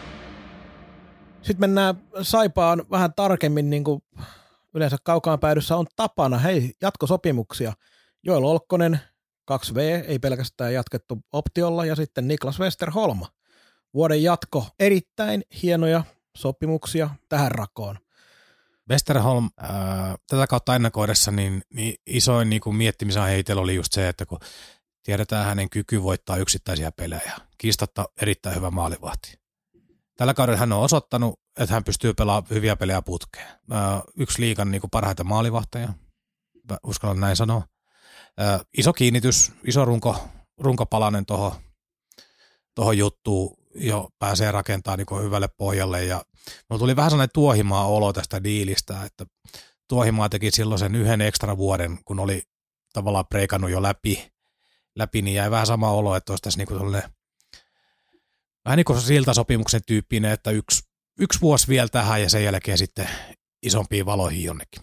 Sitten mennään Saipaan vähän tarkemmin, niin kuin yleensä kaukaan päädyssä on tapana. Hei, jatkosopimuksia. Joel Olkkonen, kaksi V, ei pelkästään jatkettu optiolla, ja sitten Niklas Westerholm. Vuoden jatko, erittäin hienoja sopimuksia tähän rakoon. Westerholm, ää, tätä kautta ennakoidessa, niin, niin isoin niin kuin miettimisen heitellä oli just se, että kun tiedetään hänen kyky voittaa yksittäisiä pelejä, kiistatta erittäin hyvä maalivahti. Tällä kaudella hän on osoittanut, että hän pystyy pelaamaan hyviä pelejä putkeen. Ää, yksi liigan niin kuin parhaita maalivahteja, uskallan näin sanoa. Ää, iso kiinnitys, iso runko, runkopalanen tuohon toho juttuun, jo pääsee rakentamaan niin kuin hyvälle pohjalle, ja mulla tuli vähän sellainen Tuohimaa olo tästä diilistä, että Tuohimaa teki silloin sen yhden ekstra vuoden, kun oli tavallaan preikannut jo läpi, läpi niin jäi vähän sama olo, että olisi tässä niin kuin sellainen vähän niin kuin siltasopimuksen tyyppinen, että yksi, yksi vuosi vielä tähän ja sen jälkeen sitten isompiin valoihin jonnekin.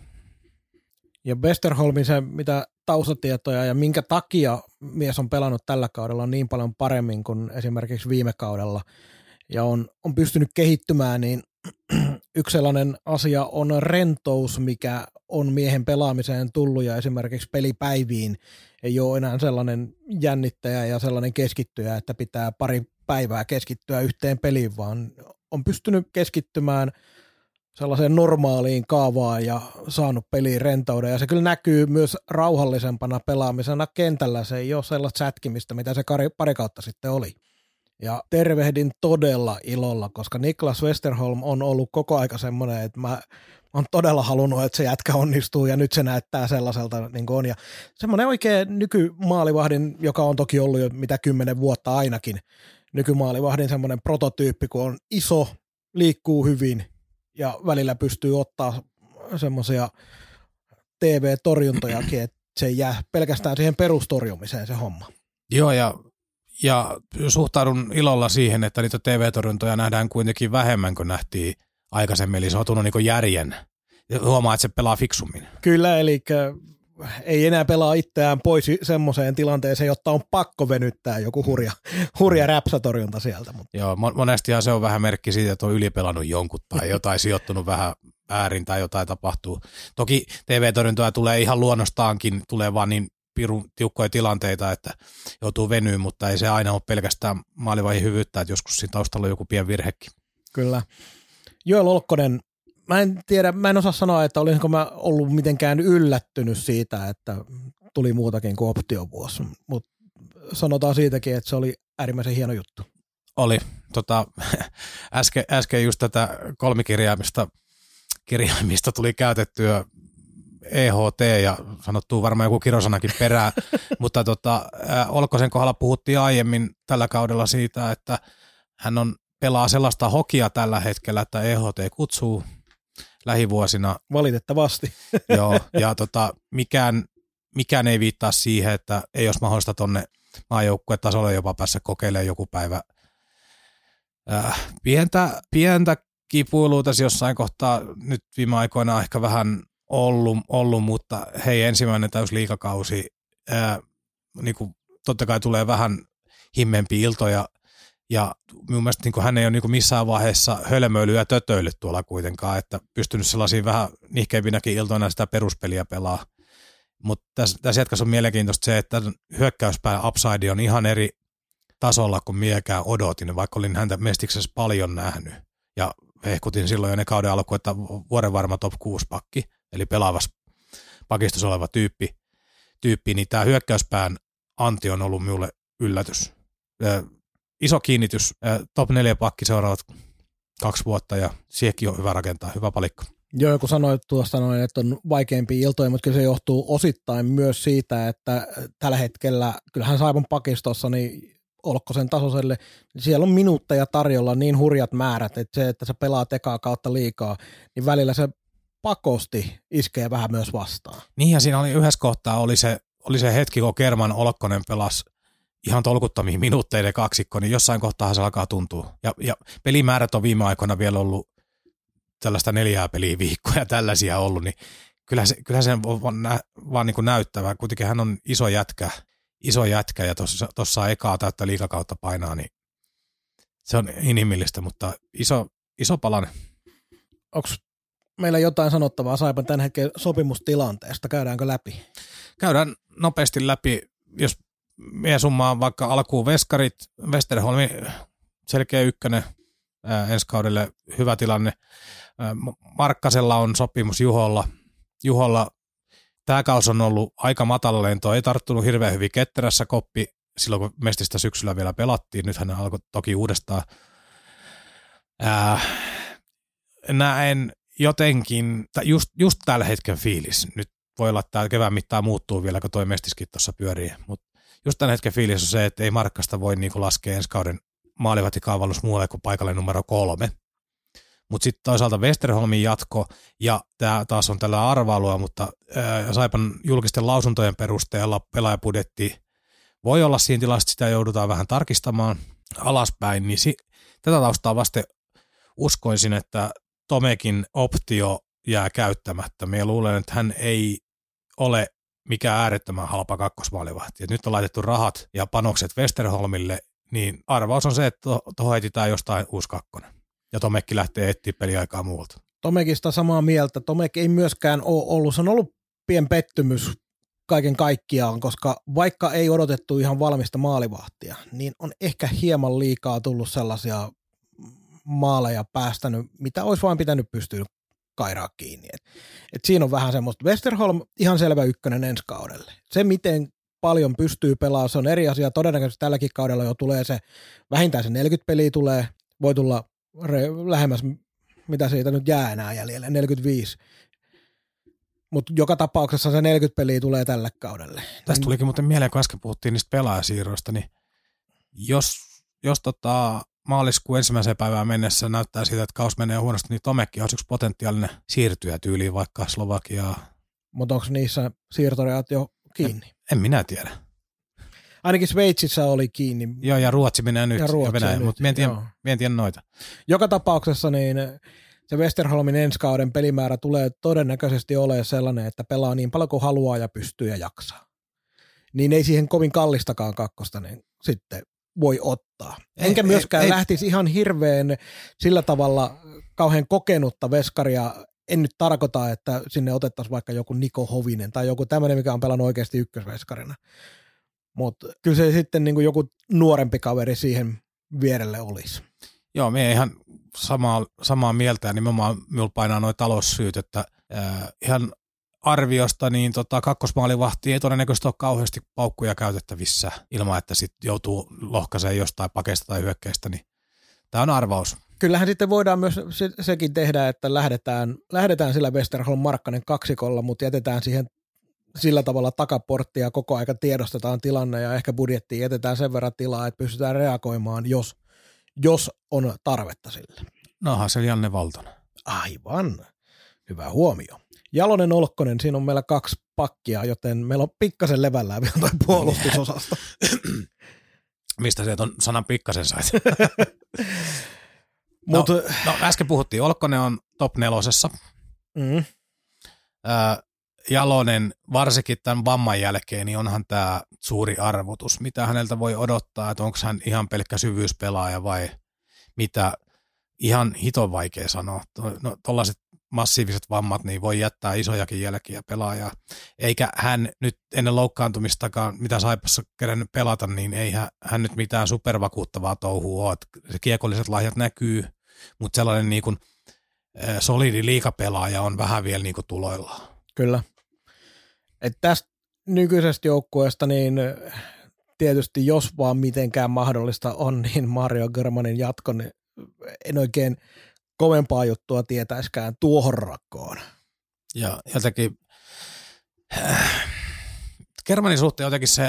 Ja Westerholmin se, mitä taustatietoja ja minkä takia mies on pelannut tällä kaudella niin paljon paremmin kuin esimerkiksi viime kaudella ja on, on pystynyt kehittymään, niin yksi sellainen asia on rentous, mikä on miehen pelaamiseen tullut ja esimerkiksi pelipäiviin ei ole enää sellainen jännittäjä ja sellainen keskittyjä, että pitää pari päivää keskittyä yhteen peliin, vaan on pystynyt keskittymään sellaiseen normaaliin kaavaan ja saanut peliin rentouden. Ja se kyllä näkyy myös rauhallisempana pelaamisena kentällä. Se ei ole sellaista sätkimistä, mitä se pari kautta sitten oli. Ja tervehdin todella ilolla, koska Niklas Westerholm on ollut koko aika semmoinen, että mä oon todella halunnut, että se jätkä onnistuu ja nyt se näyttää sellaiselta niin kuin on. Ja semmoinen oikein nykymaalivahdin, joka on toki ollut jo mitä kymmenen vuotta ainakin, nykymaalivahdin semmoinen prototyyppi, kun on iso, liikkuu hyvin ja välillä pystyy ottaa semmoisia T V-torjuntojakin, että se ei jää pelkästään siihen perustorjumiseen se homma. Joo, ja, ja suhtaudun ilolla siihen, että niitä T V-torjuntoja nähdään kuitenkin vähemmän kuin nähtiin aikaisemmin, eli se on tullut niin kuin järjen. Huomaa, että se pelaa fiksummin. Kyllä, eli ei enää pelaa itseään pois semmoiseen tilanteeseen, jotta on pakko venyttää joku hurja, hurja räpsätorjunta sieltä. Mutta. Joo, monestihan se on vähän merkki siitä, että on ylipelannut jonkun tai jotain sijoittunut vähän väärin tai jotain tapahtuu. Toki T V-torjuntoja tulee ihan luonnostaankin, tulee vaan niin pirun tiukkoja tilanteita, että joutuu venyyn, mutta ei se aina ole pelkästään maalivahdin hyvyyttä, että joskus siinä taustalla on joku pieni virhekin. Kyllä. Joel Olkkonen, mä en tiedä, mä en osaa sanoa, että olisinko mä ollut mitenkään yllättynyt siitä, että tuli muutakin kuin optiovuosi, mutta sanotaan siitäkin, että se oli äärimmäisen hieno juttu. Oli. Tota, äsken, äsken just tätä kolmikirjaimista kirjaimista tuli käytettyä E H T ja sanottuu varmaan joku kirosanakin perään, mutta tota, Olkkosen kohdalla puhuttiin aiemmin tällä kaudella siitä, että hän on pelaa sellaista hokia tällä hetkellä, että E H T kutsuu lähivuosina. Valitettavasti. Joo, ja tota, mikään, mikään ei viittaa siihen, että ei olisi mahdollista tuonne maajoukkuetasolle jopa päässä kokeilemaan joku päivä. Äh, pientä, pientä kipuilua tässä jossain kohtaa nyt viime aikoina ehkä vähän ollut, ollut mutta hei, ensimmäinen täysliigakausi, ää, niin kuin, totta kai tulee vähän himmempiä iltoja, ja minun mielestä niin kuin, hän ei ole niin kuin missään vaiheessa hölmöilyä ja tötöillyt tuolla kuitenkaan, että pystynyt sellaisiin vähän nihkeimpinäkin iltoina sitä peruspeliä pelaa. Mutta tässä, tässä jatkassa on mielenkiintoista se, että hyökkäyspään upside on ihan eri tasolla kuin miekään odotin, vaikka olin häntä Mestiksessä paljon nähnyt. Ja hehkutin silloin jo ne kauden alku, että vuoden varma top kuusi pakki, eli pelaavassa pakistossa oleva tyyppi, tyyppi niin tämä hyökkäyspään anti on ollut minulle yllätys. Ö, iso kiinnitys, ö, top neljä pakki seuraavat kaksi vuotta, ja siihenkin on hyvä rakentaa, hyvä palikko. Joo, joku sanoi tuosta noin, että on vaikeampia iltoja, mutta kyllä se johtuu osittain myös siitä, että tällä hetkellä, kyllähän Saipan pakistossa, niin Olkkosen tasoiselle, niin siellä on minuutteja tarjolla niin hurjat määrät, että se, että sä pelaat ekaa kautta liikaa, niin välillä se pakosti iskee vähän myös vastaan. Niin, ja siinä oli yhdessä kohtaa oli se, oli se hetki, kun Kerman Olkkonen pelasi ihan tolkuttomia minuutteiden kaksikko, niin jossain kohtaa se alkaa tuntua. Ja, ja pelimäärät on viime aikoina vielä ollut tällaista neljää peliä viikkoja tällaisia ollut, niin kyllä se, kyllä se on vaan, nä, vaan niin kuin näyttävää. Kuitenkin hän on iso jätkä, iso jätkä ja tuossa ekaa täyttä liigakautta painaa, niin se on inhimillistä, mutta iso, iso palanen. Onko meillä jotain sanottavaa Saipan tämän hetken sopimustilanteesta? Käydäänkö läpi? Käydään nopeasti läpi, jos mie summaan vaikka alkuun veskarit, Westerholmi selkeä ykkönen, ää, ensi kaudelle hyvä tilanne. Ää, Markkasella on sopimus Juholla. Juholla tämä kausi on ollut aika matala lento, ei tarttunut hirveän hyvin ketterässä koppi silloin, kun Mestistä syksyllä vielä pelattiin. Nyt hän alkoi toki uudestaan. Ää, näen jotenkin, just, just tällä hetken fiilis, nyt voi olla, että tämä kevään mittaan muuttuu vielä, kun toi Mestiskin tuossa pyörii, mutta just tämän hetken fiilis on se, että ei Markkasta voi niinku laskea ensi kauden maalivahtikaavalus muualle kuin paikalle numero kolme. Mutta sitten toisaalta Westerholmin jatko, ja tämä taas on tällä arvailua, mutta ää, Saipan julkisten lausuntojen perusteella pelaajapudjetti voi olla siinä tilassa, että sitä joudutaan vähän tarkistamaan alaspäin, niin si- tätä taustaa vasten uskoisin, että Tomekin optio jää käyttämättä. Minä luulen, että hän ei ole mikään äärettömän halpa kakkosmaalivahti. Et nyt on laitettu rahat ja panokset Westerholmille, niin arvaus on se, että tuohon etsitään jostain uusi kakkonen. Ja Tomekki lähtee etsiä peliaikaa muualta. Tomekista samaa mieltä. Tomek ei myöskään ole ollut. Se on ollut pien pettymys kaiken kaikkiaan, koska vaikka ei odotettu ihan valmista maalivahtia, niin on ehkä hieman liikaa tullut sellaisia maaleja päästänyt, mitä olisi vain pitänyt pystyä kairaa kiinni. Et, et siinä on vähän semmoista. Westerholm ihan selvä ykkönen ensi kaudelle. Se, miten paljon pystyy pelaamaan, se on eri asia. Todennäköisesti tälläkin kaudella jo tulee se, vähintään se neljäkymmentä peliä tulee, voi tulla re- lähemmäs, mitä siitä nyt jää enää jäljelle, neljäkymmentäviisi. Mutta joka tapauksessa se neljäkymmentä peliä tulee tälle kaudelle. Tästä tulikin muuten mieleen, kun äsken puhuttiin niistä pelaajasiirroista, niin jos, jos tota maaliskuun ensimmäiseen päivään mennessä näyttää siltä, että kaus menee huonosti, niin Tomekki on yksi potentiaalinen siirtyjä tyyliin vaikka Slovakiaa. Mutta onko niissä siirtorajat jo kiinni? En, en minä tiedä. Ainakin Sveitsissä oli kiinni. Joo, ja Ruotsi menee nyt, ja, ja Venäjä, mutta en tiedä, en tiedä noita. Joka tapauksessa niin se Westerholmin ensi kauden pelimäärä tulee todennäköisesti olemaan sellainen, että pelaa niin paljon kuin haluaa ja pystyy ja jaksaa. Niin ei siihen kovin kallistakaan kakkosta niin sitten voi ottaa. Enkä ei, myöskään ei, lähtisi ei. ihan hirveän sillä tavalla kauhean kokenutta veskaria. En nyt tarkoita, että sinne otettaisiin vaikka joku Niko Hovinen tai joku tämmöinen, mikä on pelannut oikeasti ykkösveskarina. Mutta kyllä se sitten niin kuin joku nuorempi kaveri siihen vierelle olisi. Joo, minä ihan samaa, samaa mieltä ja nimenomaan minulla painaa nuo taloussyyt, että äh, ihan arviosta niin tota, kakkosmaalivahti ei todennäköisesti ole kauheasti paukkuja käytettävissä ilman, että sitten joutuu lohkaiseen jostain pakeista tai hyökkäistä, niin tämä on arvaus. Kyllähän sitten voidaan myös se, sekin tehdä, että lähdetään, lähdetään sillä Westerholm Markkanen kaksikolla, mutta jätetään siihen sillä tavalla takaporttia ja koko aika tiedostetaan tilanne ja ehkä budjettiin jätetään sen verran tilaa, että pystytään reagoimaan, jos, jos on tarvetta sille. Nohan se Janne Valtonen. Aivan. Hyvä huomio. Jalonen Olkkonen, siinä on meillä kaksi pakkia, joten meillä on pikkasen levällään vielä toi puolustusosasta. Mistä sieltä on sanan pikkasen sait? Mut, no, no äsken puhuttiin, Olkkonen on top nelosessa. Mm. Äh, Jalonen, varsinkin tämän vamman jälkeen, niin onhan tämä suuri arvotus. Mitä häneltä voi odottaa, että onko hän ihan pelkkä syvyyspelaaja vai mitä, ihan hiton vaikea sanoa. No, tollaiset massiiviset vammat niin voi jättää isojakin jälkiä pelaajaa. Eikä hän nyt ennen loukkaantumistakaan, mitä Saipassa kerännyt pelata, niin ei hän, hän nyt mitään supervakuuttavaa touhua ole. Se kiekolliset lahjat näkyy, mutta sellainen niin kuin, äh, solidi liigapelaaja on vähän vielä niin kuin tuloillaan. Kyllä. Että tästä nykyisestä joukkueesta niin tietysti jos vaan mitenkään mahdollista on, niin Mario Germanin jatko, niin en oikein kovempaa juttua tietäiskään tuohon rakkoon. Ja jotenkin äh, Germanin suhteen jotenkin se,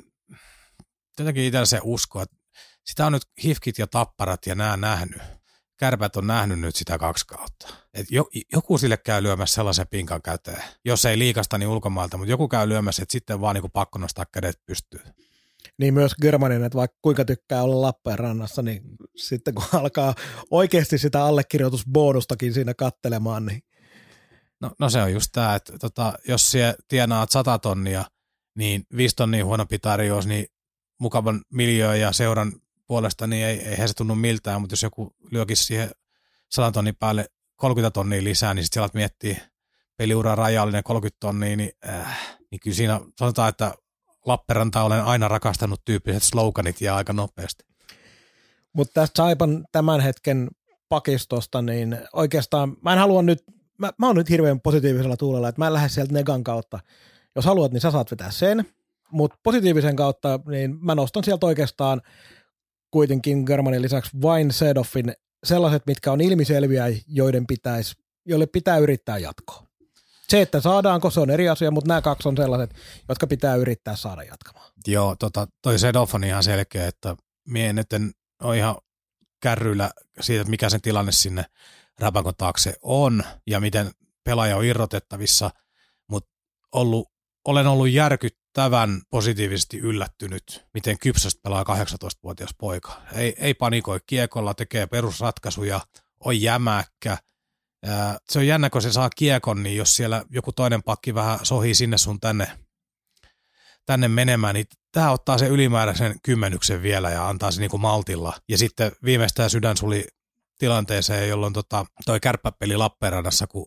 jotenkin itsellä se usko, että sitä on nyt Hifkit ja Tapparat ja nämä nähnyt. Kärpät on nähnyt nyt sitä kaksi kautta. Et jo, joku sille käy lyömässä sellaisen pinkan käteen, jos ei liikasta niin ulkomailta, mutta joku käy lyömässä, että sitten vaan niin pakko nostaa kädet pystyyn. Niin myös Germanin, että vaikka kuinka tykkää olla Lappeenrannassa, niin sitten kun alkaa oikeasti sitä allekirjoitusbonustakin siinä kattelemaan, niin... No, no se on just tämä, että tota, jos siellä tienaat sata tonnia, niin viisi tonnia huonompi tarjous, niin mukavan miljoon ja seuran puolesta, niin ei, eihän se tunnu miltään, mutta jos joku lyökisi siihen sata tonnin päälle kolmekymmentä tonnia lisää, niin sitten siellä miettii peliura rajallinen kolmekymmentä tonnia, niin, äh, niin kyllä siinä sanotaan, että Lappeenrantaa olen aina rakastanut tyyppiset sloganit ja aika nopeasti. Mutta tästä Saipan tämän hetken pakistosta, niin oikeastaan mä en halua nyt, mä, mä oon nyt hirveän positiivisella tuulella, että mä en lähde sieltä negan kautta. Jos haluat, niin sä saat vetää sen, mutta positiivisen kautta, niin mä nostan sieltä oikeastaan kuitenkin Germanin lisäksi vain Sedoffin sellaiset, mitkä on ilmiselviä, joiden pitäisi, joille pitää yrittää jatkoa. Se, että saadaanko, se on eri asia, mutta nämä kaksi on sellaiset, jotka pitää yrittää saada jatkamaan. Joo, tota, toi Sedoff on ihan selkeä, että mie nyt on ihan kärryillä siitä, että mikä sen tilanne sinne Rapakon taakse on ja miten pelaaja on irrotettavissa, mutta ollut, olen ollut järkyttävän positiivisesti yllättynyt, miten kypsästä pelaa kahdeksantoistavuotias poika. Ei, ei panikoi kiekolla, tekee perusratkaisuja, on jämäkkä. Se on jännä, kun se saa kiekon, niin jos siellä joku toinen pakki vähän sohii sinne sun tänne, tänne menemään, niin tämä ottaa sen ylimääräisen kymmenyksen vielä ja antaa se niinku maltilla. Ja sitten viimeistään sydän suli tilanteeseen, jolloin tota, toi kärppäpeli Lappeenrannassa, kun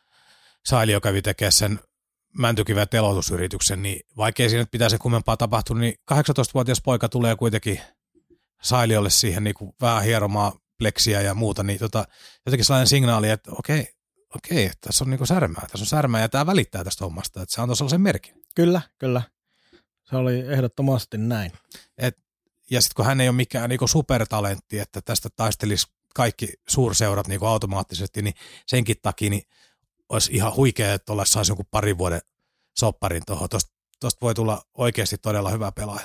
Sailio kävi tekemään sen Mäntykiven teloitusyrityksen, niin vaikkei siinä pitää se kummempaa tapahtua, niin kahdeksantoistavuotias poika tulee kuitenkin Sailiolle siihen niinku vähän hieromaan pleksiä ja muuta, niin tota, jotenkin sellainen signaali, että okei, okei, tässä on niinku särmää, tässä on särmää ja tämä välittää tästä hommasta, että se antoi sellaisen merkin. Kyllä, kyllä. Se oli ehdottomasti näin. Et, ja sitten kun hän ei ole mikään niinku supertalentti, että tästä taistelisi kaikki suurseurat niinku automaattisesti, niin senkin takia niin olisi ihan huikea, että olla saisi jonkun parin vuoden sopparin tuohon. Tuosta, tuosta voi tulla oikeasti todella hyvä pelaaja.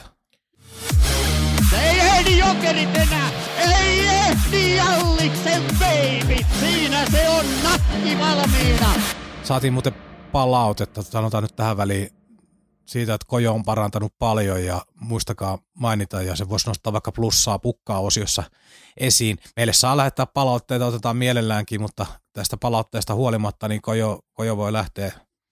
Se ei ehdi Jokerit enää! Ei ehdi Jalliksen baby! Siinä se on nakki valmiina! Saatiin muuten palautetta, sanotaan nyt tähän väliin siitä, että Kojo on parantanut paljon ja muistakaa mainita ja se voisi nostaa vaikka plussaa pukkaa osiossa esiin. Meille saa lähettää palautteita, otetaan mielelläänkin, mutta tästä palautteesta huolimatta niin Kojo, Kojo voi lähteä,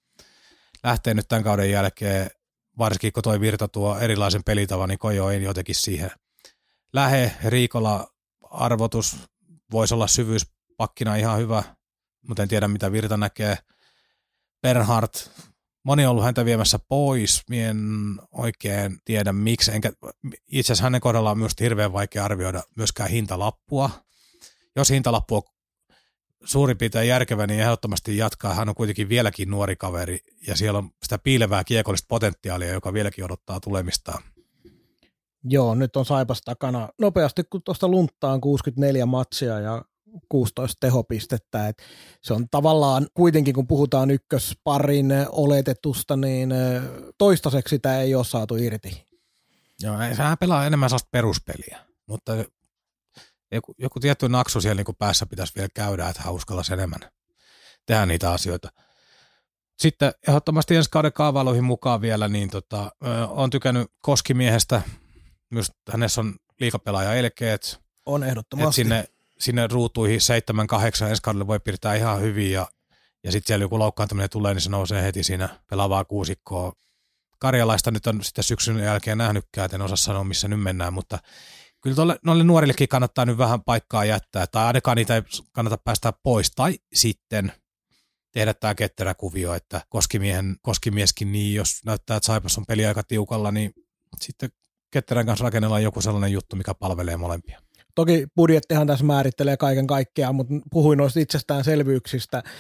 lähteä nyt tämän kauden jälkeen, varsinkin kun toi Virta tuo erilaisen pelitavan, niin Kojo ei jotenkin siihen lähe. Riikola arvotus voisi olla syvyyspakkina ihan hyvä, mutta en tiedä mitä Virta näkee. Bernhardt, moni on ollut häntä viemässä pois, mie en oikein tiedä miksi, enkä itse asiassa hänen kohdallaan on myös hirveän vaikea arvioida myöskään hintalappua. Jos hintalappu on suurin piirtein järkevä, niin ehdottomasti jatkaa. Hän on kuitenkin vieläkin nuori kaveri ja siellä on sitä piilevää kiekollista potentiaalia, joka vieläkin odottaa tulemistaan. Joo, nyt on Saipas takana nopeasti, kun tuosta lunttaan kuusikymmentäneljä matsia ja kuusitoista tehopistettä. Et se on tavallaan kuitenkin, kun puhutaan ykkösparin oletetusta, niin toistaiseksi sitä ei ole saatu irti. Joo, sehän pelaa enemmän sellaista peruspeliä, mutta joku, joku tietty naksu siellä niin kuin päässä pitäisi vielä käydä, että hän uskallaisi enemmän tehdä niitä asioita. Sitten ehdottomasti ensi kauden kaavailuihin mukaan vielä, niin tota, olen tykännyt Koskimiehestä, myös hänessä on liigapelaaja elkeet. On ehdottomasti. Sinne, sinne ruutuihin seitsemän kahdeksan ensi kaudelle voi piirtää ihan hyvin ja, ja sitten siellä joku loukkaantuminen tulee, niin se nousee heti siinä pelaavaa kuusikkoa. Karjalaista nyt on sitten syksyn jälkeen nähnytkään, en osaa sanoa missä nyt mennään, mutta kyllä tolle, noille nuorillekin kannattaa nyt vähän paikkaa jättää, tai ainakaan niitä ei kannata päästää pois, tai sitten tehdä tämä ketterä kuvio, että Koskimiehen, Koskimieskin, niin jos näyttää, että Saipas on peli aika tiukalla, niin sitten ketterän kanssa rakennellaan joku sellainen juttu, mikä palvelee molempia. Toki budjettihan tässä määrittelee kaiken kaikkiaan, mutta puhuin noista itsestäänselvyyksistä äh,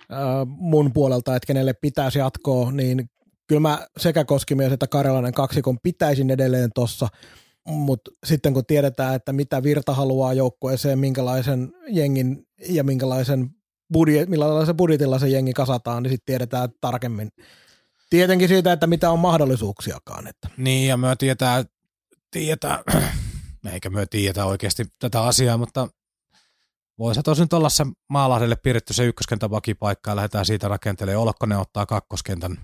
mun puolelta, että kenelle pitäisi jatkoa, niin kyllä mä sekä Koskimies että Karjalainen kaksikon pitäisin edelleen tossa, mutta sitten kun tiedetään, että mitä Virta haluaa joukkueeseen, minkälaisen jengin ja minkälaisen budjet, millaisen budjetilla se jengi kasataan, niin sitten tiedetään tarkemmin. Tietenkin siitä, että mitä on mahdollisuuksiakaan. Että. Niin, ja me tietää, tietää eikä me tiedetä oikeasti tätä asiaa, mutta voisi tosi nyt olla se Maalahdelle piirretty se ykköskentän pakipaikka ja lähdetään siitä rakentelemaan. Olkkonen ottaa kakkoskentän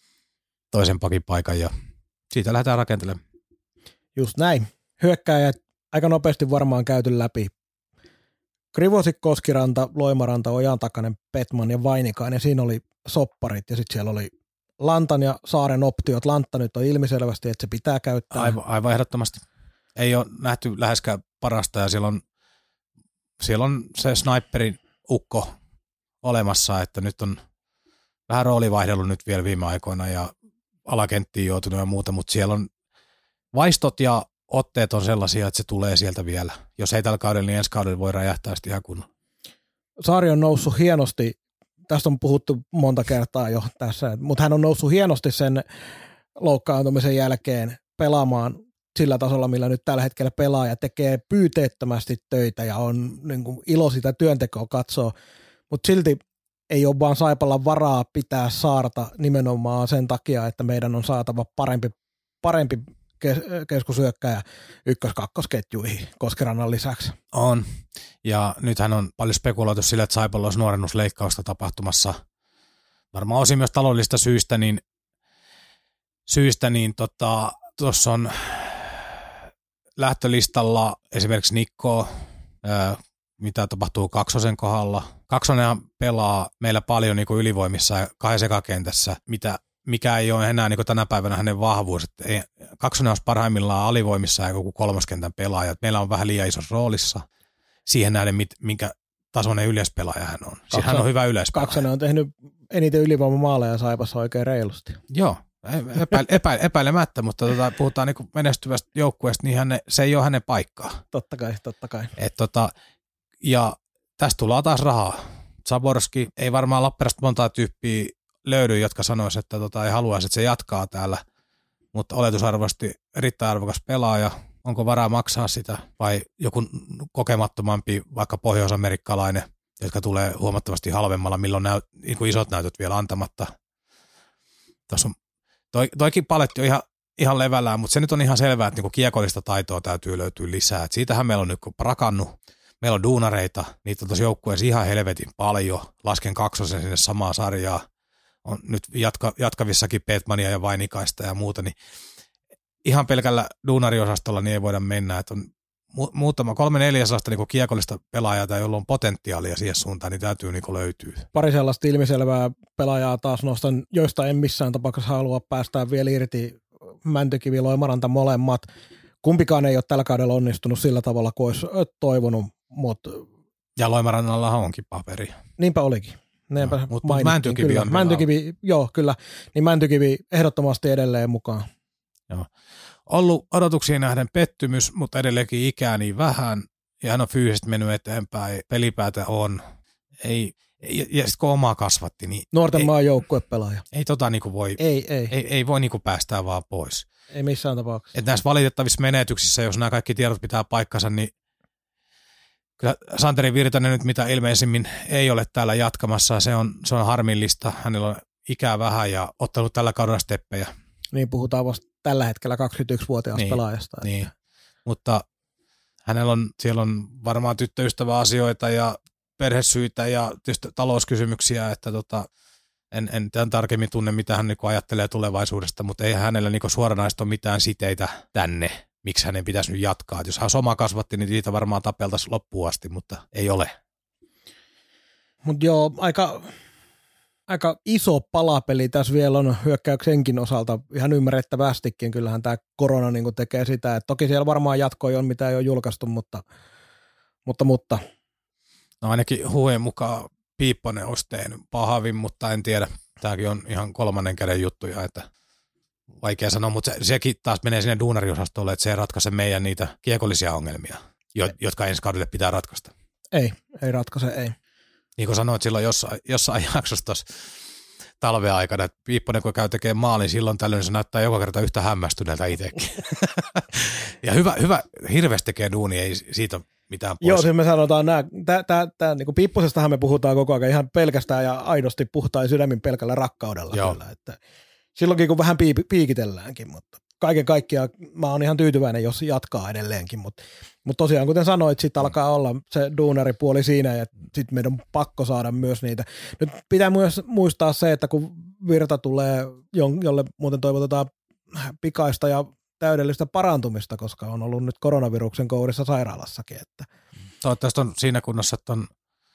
toisen pakipaikan ja siitä lähdetään rakentelemaan. Just näin. Hyökkääjät aika nopeasti varmaan käyty läpi. Krivosik, Koskiranta, Loimaranta, Ojantakainen, Petman ja Vainikainen. Ja siinä oli sopparit ja sitten siellä oli Lantan ja Saaren optiot. Lantta nyt on ilmiselvästi, että se pitää käyttää. Aivan, aivan ehdottomasti. Ei ole nähty läheskään parasta ja siellä on, siellä on se sniperin ukko olemassa, että nyt on vähän rooli vaihdellut nyt vielä viime aikoina ja alakenttiin joutunut ja muuta, mutta siellä on vaistot ja otteet on sellaisia, että se tulee sieltä vielä. Jos ei tällä kaudella, niin ensi kaudella voi räjähtää sitten ihan kunnolla. Saari on noussut hienosti, tästä on puhuttu monta kertaa jo tässä, mutta hän on noussut hienosti sen loukkaantumisen jälkeen pelaamaan sillä tasolla, millä nyt tällä hetkellä pelaa ja tekee pyyteettömästi töitä ja on niin kuin ilo sitä työntekoa katsoa, mutta silti ei ole vaan Saipalla varaa pitää Saarta nimenomaan sen takia, että meidän on saatava parempi, parempi keskusyökkäjä ykkös-kakkosketjuihin Koskirannan lisäksi. On, ja nythän on paljon spekuloitu sillä, että Saipalla olisi nuorennusleikkausta tapahtumassa. Varmaan osin myös taloudellisista syistä, niin syistä, niin tota, tuossa on lähtölistalla esimerkiksi Nikko, ää, mitä tapahtuu Kaksosen kohdalla. Kaksonenhan pelaa meillä paljon niin kuin ylivoimissa ja kahden sekakentässä, mitä, mikä ei ole enää niin kuin tänä päivänä hänen vahvuus. Että ei, Kaksonen olisi parhaimmillaan alivoimissa ja joku kolmoskentän pelaaja. Meillä on vähän liian isossa roolissa siihen nähden, minkä tasoinen yleispelaaja hän on. Siis hän on hyvä yleispelaaja. Kaksonen on tehnyt eniten ylivoimamaaleja Saipassa oikein reilusti. Joo. Epäile, epäile, epäilemättä, mutta tota, puhutaan niin menestyvästä joukkueesta, niin häne, se ei ole hänen paikkaa. Totta kai, totta kai. Et tota, ja tästä tullaan taas rahaa. Zaborski ei varmaan Lappeenrannasta montaa tyyppiä löydy, jotka sanoisi, että tota, ei haluaisi, että se jatkaa täällä, mutta oletusarvoisesti erittäin arvokas pelaaja. Onko varaa maksaa sitä vai joku kokemattomampi, vaikka pohjois-amerikkalainen, jotka tulee huomattavasti halvemmalla, milloin näyt, niin kuin isot näytöt vielä antamatta. Tuossa on Toi, toikin paletti on ihan, ihan levällään, mutta se nyt on ihan selvää, että niinku kiekollista taitoa täytyy löytyä lisää. Et siitähän meillä on nyt rakannut, meillä on duunareita, niitä on tuossa joukkueessa ihan helvetin paljon, lasken kaksosen sinne samaa sarjaa, on nyt jatka, jatkavissakin Petmania ja Vainikaista ja muuta, niin ihan pelkällä duunariosastolla niin ei voida mennä, että on mu- muutama kolme neljä sellaista niin kiekollista pelaajaa, tai jolla on potentiaalia siihen suuntaan, niin täytyy niin löytyä. Pari sellaista ilmiselvää pelaajaa taas nostan, joista en missään tapauksessa halua päästää vielä irti. Mäntykivi, Loimaranta molemmat. Kumpikaan ei ole tällä kaudella onnistunut sillä tavalla kuin olisi toivonut, mutta... Ja Loimarannallahan onkin paperi. Niinpä olikin. Niinpä no, mutta Mäntykivi kyllä. on... Mäntykivi, joo, kyllä. Niin Mäntykivi ehdottomasti edelleen mukaan. Joo. Ollut odotuksiin nähden pettymys, mutta edelleenkin ikää niin vähän. Ja hän on fyysisesti mennyt eteenpäin. Pelipäätä on. Ei... Ja, ja sitten kun omaa kasvatti, niin... Nuorten ei, maan joukkuepelaaja. Ei tota niinku voi... Ei, ei. Ei, ei voi niinku päästää vaan pois. Ei missään tapauksessa. Että näissä valitettavissa menetyksissä, jos nämä kaikki tiedot pitää paikkansa, niin kyllä Santeri Virtanen nyt mitä ilmeisimmin ei ole täällä jatkamassa. Se on, se on harmillista. Hänellä on ikää vähän ja ottanut tällä kaudella steppejä. Niin puhutaan vasta tällä hetkellä kaksikymmentäyksivuotiaasta niin, pelaajasta. Niin, mutta hänellä on, siellä on varmaan tyttöystäväasioita ja perhesyitä ja tietysti talouskysymyksiä, että tota, en, en tämän tarkemmin tunne, mitä hän niin ajattelee tulevaisuudesta, mutta ei hänellä niin suoranaista ole mitään siteitä tänne, miksi hänen pitäisi nyt jatkaa. Et jos hän soma kasvatti, niin niitä varmaan tapeltaisiin loppuun asti, mutta ei ole. Mutta joo, aika, aika iso palapeli tässä vielä on hyökkäyksenkin osalta ihan ymmärrettävästikin. Kyllähän tämä korona niin tekee sitä, että toki siellä varmaan jatkoja on, mitä ei ole julkaistu, mutta, mutta, mutta. No ainakin huujen mukaan Piipponen olisi tehnyt pahavin, mutta en tiedä. Tämäkin on ihan kolmannen käden juttuja, että vaikea sanoa, mutta se, sekin taas menee sinne duunariosastolle, että se ei ratkaise meidän niitä kiekollisia ongelmia, jo, jotka ensi kaudelle pitää ratkaista. Ei, ei ratkaise, ei. Niin kuin sanoit silloin jossain, jossain jaksossa tuossa talven aikana, että Piipponen kun käy tekemään maalin, silloin tällöin se näyttää joka kerta yhtä hämmästyneeltä itsekin. Ja hyvä, hyvä, hirveästi tekee duuni, ei siitä mitään pois. Joo, siis me sanotaan nämä, tää, tää, tää, niin kuin Piipposestahan me puhutaan koko ajan ihan pelkästään ja aidosti puhtain sydämin pelkällä rakkaudella. Joo. Kyllä, että silloinkin kun vähän piip, piikitelläänkin, mutta kaiken kaikkiaan mä oon ihan tyytyväinen, jos jatkaa edelleenkin, mutta, mutta tosiaan kuten sanoit, sitten alkaa olla se duunaripuoli siinä ja sitten meidän on pakko saada myös niitä. Nyt pitää myös muistaa se, että kun Virta tulee, jolle muuten toivotetaan pikaista ja täydellistä parantumista, koska on ollut nyt koronaviruksen kourissa sairaalassakin. Että. Toivottavasti on siinä kunnossa, että on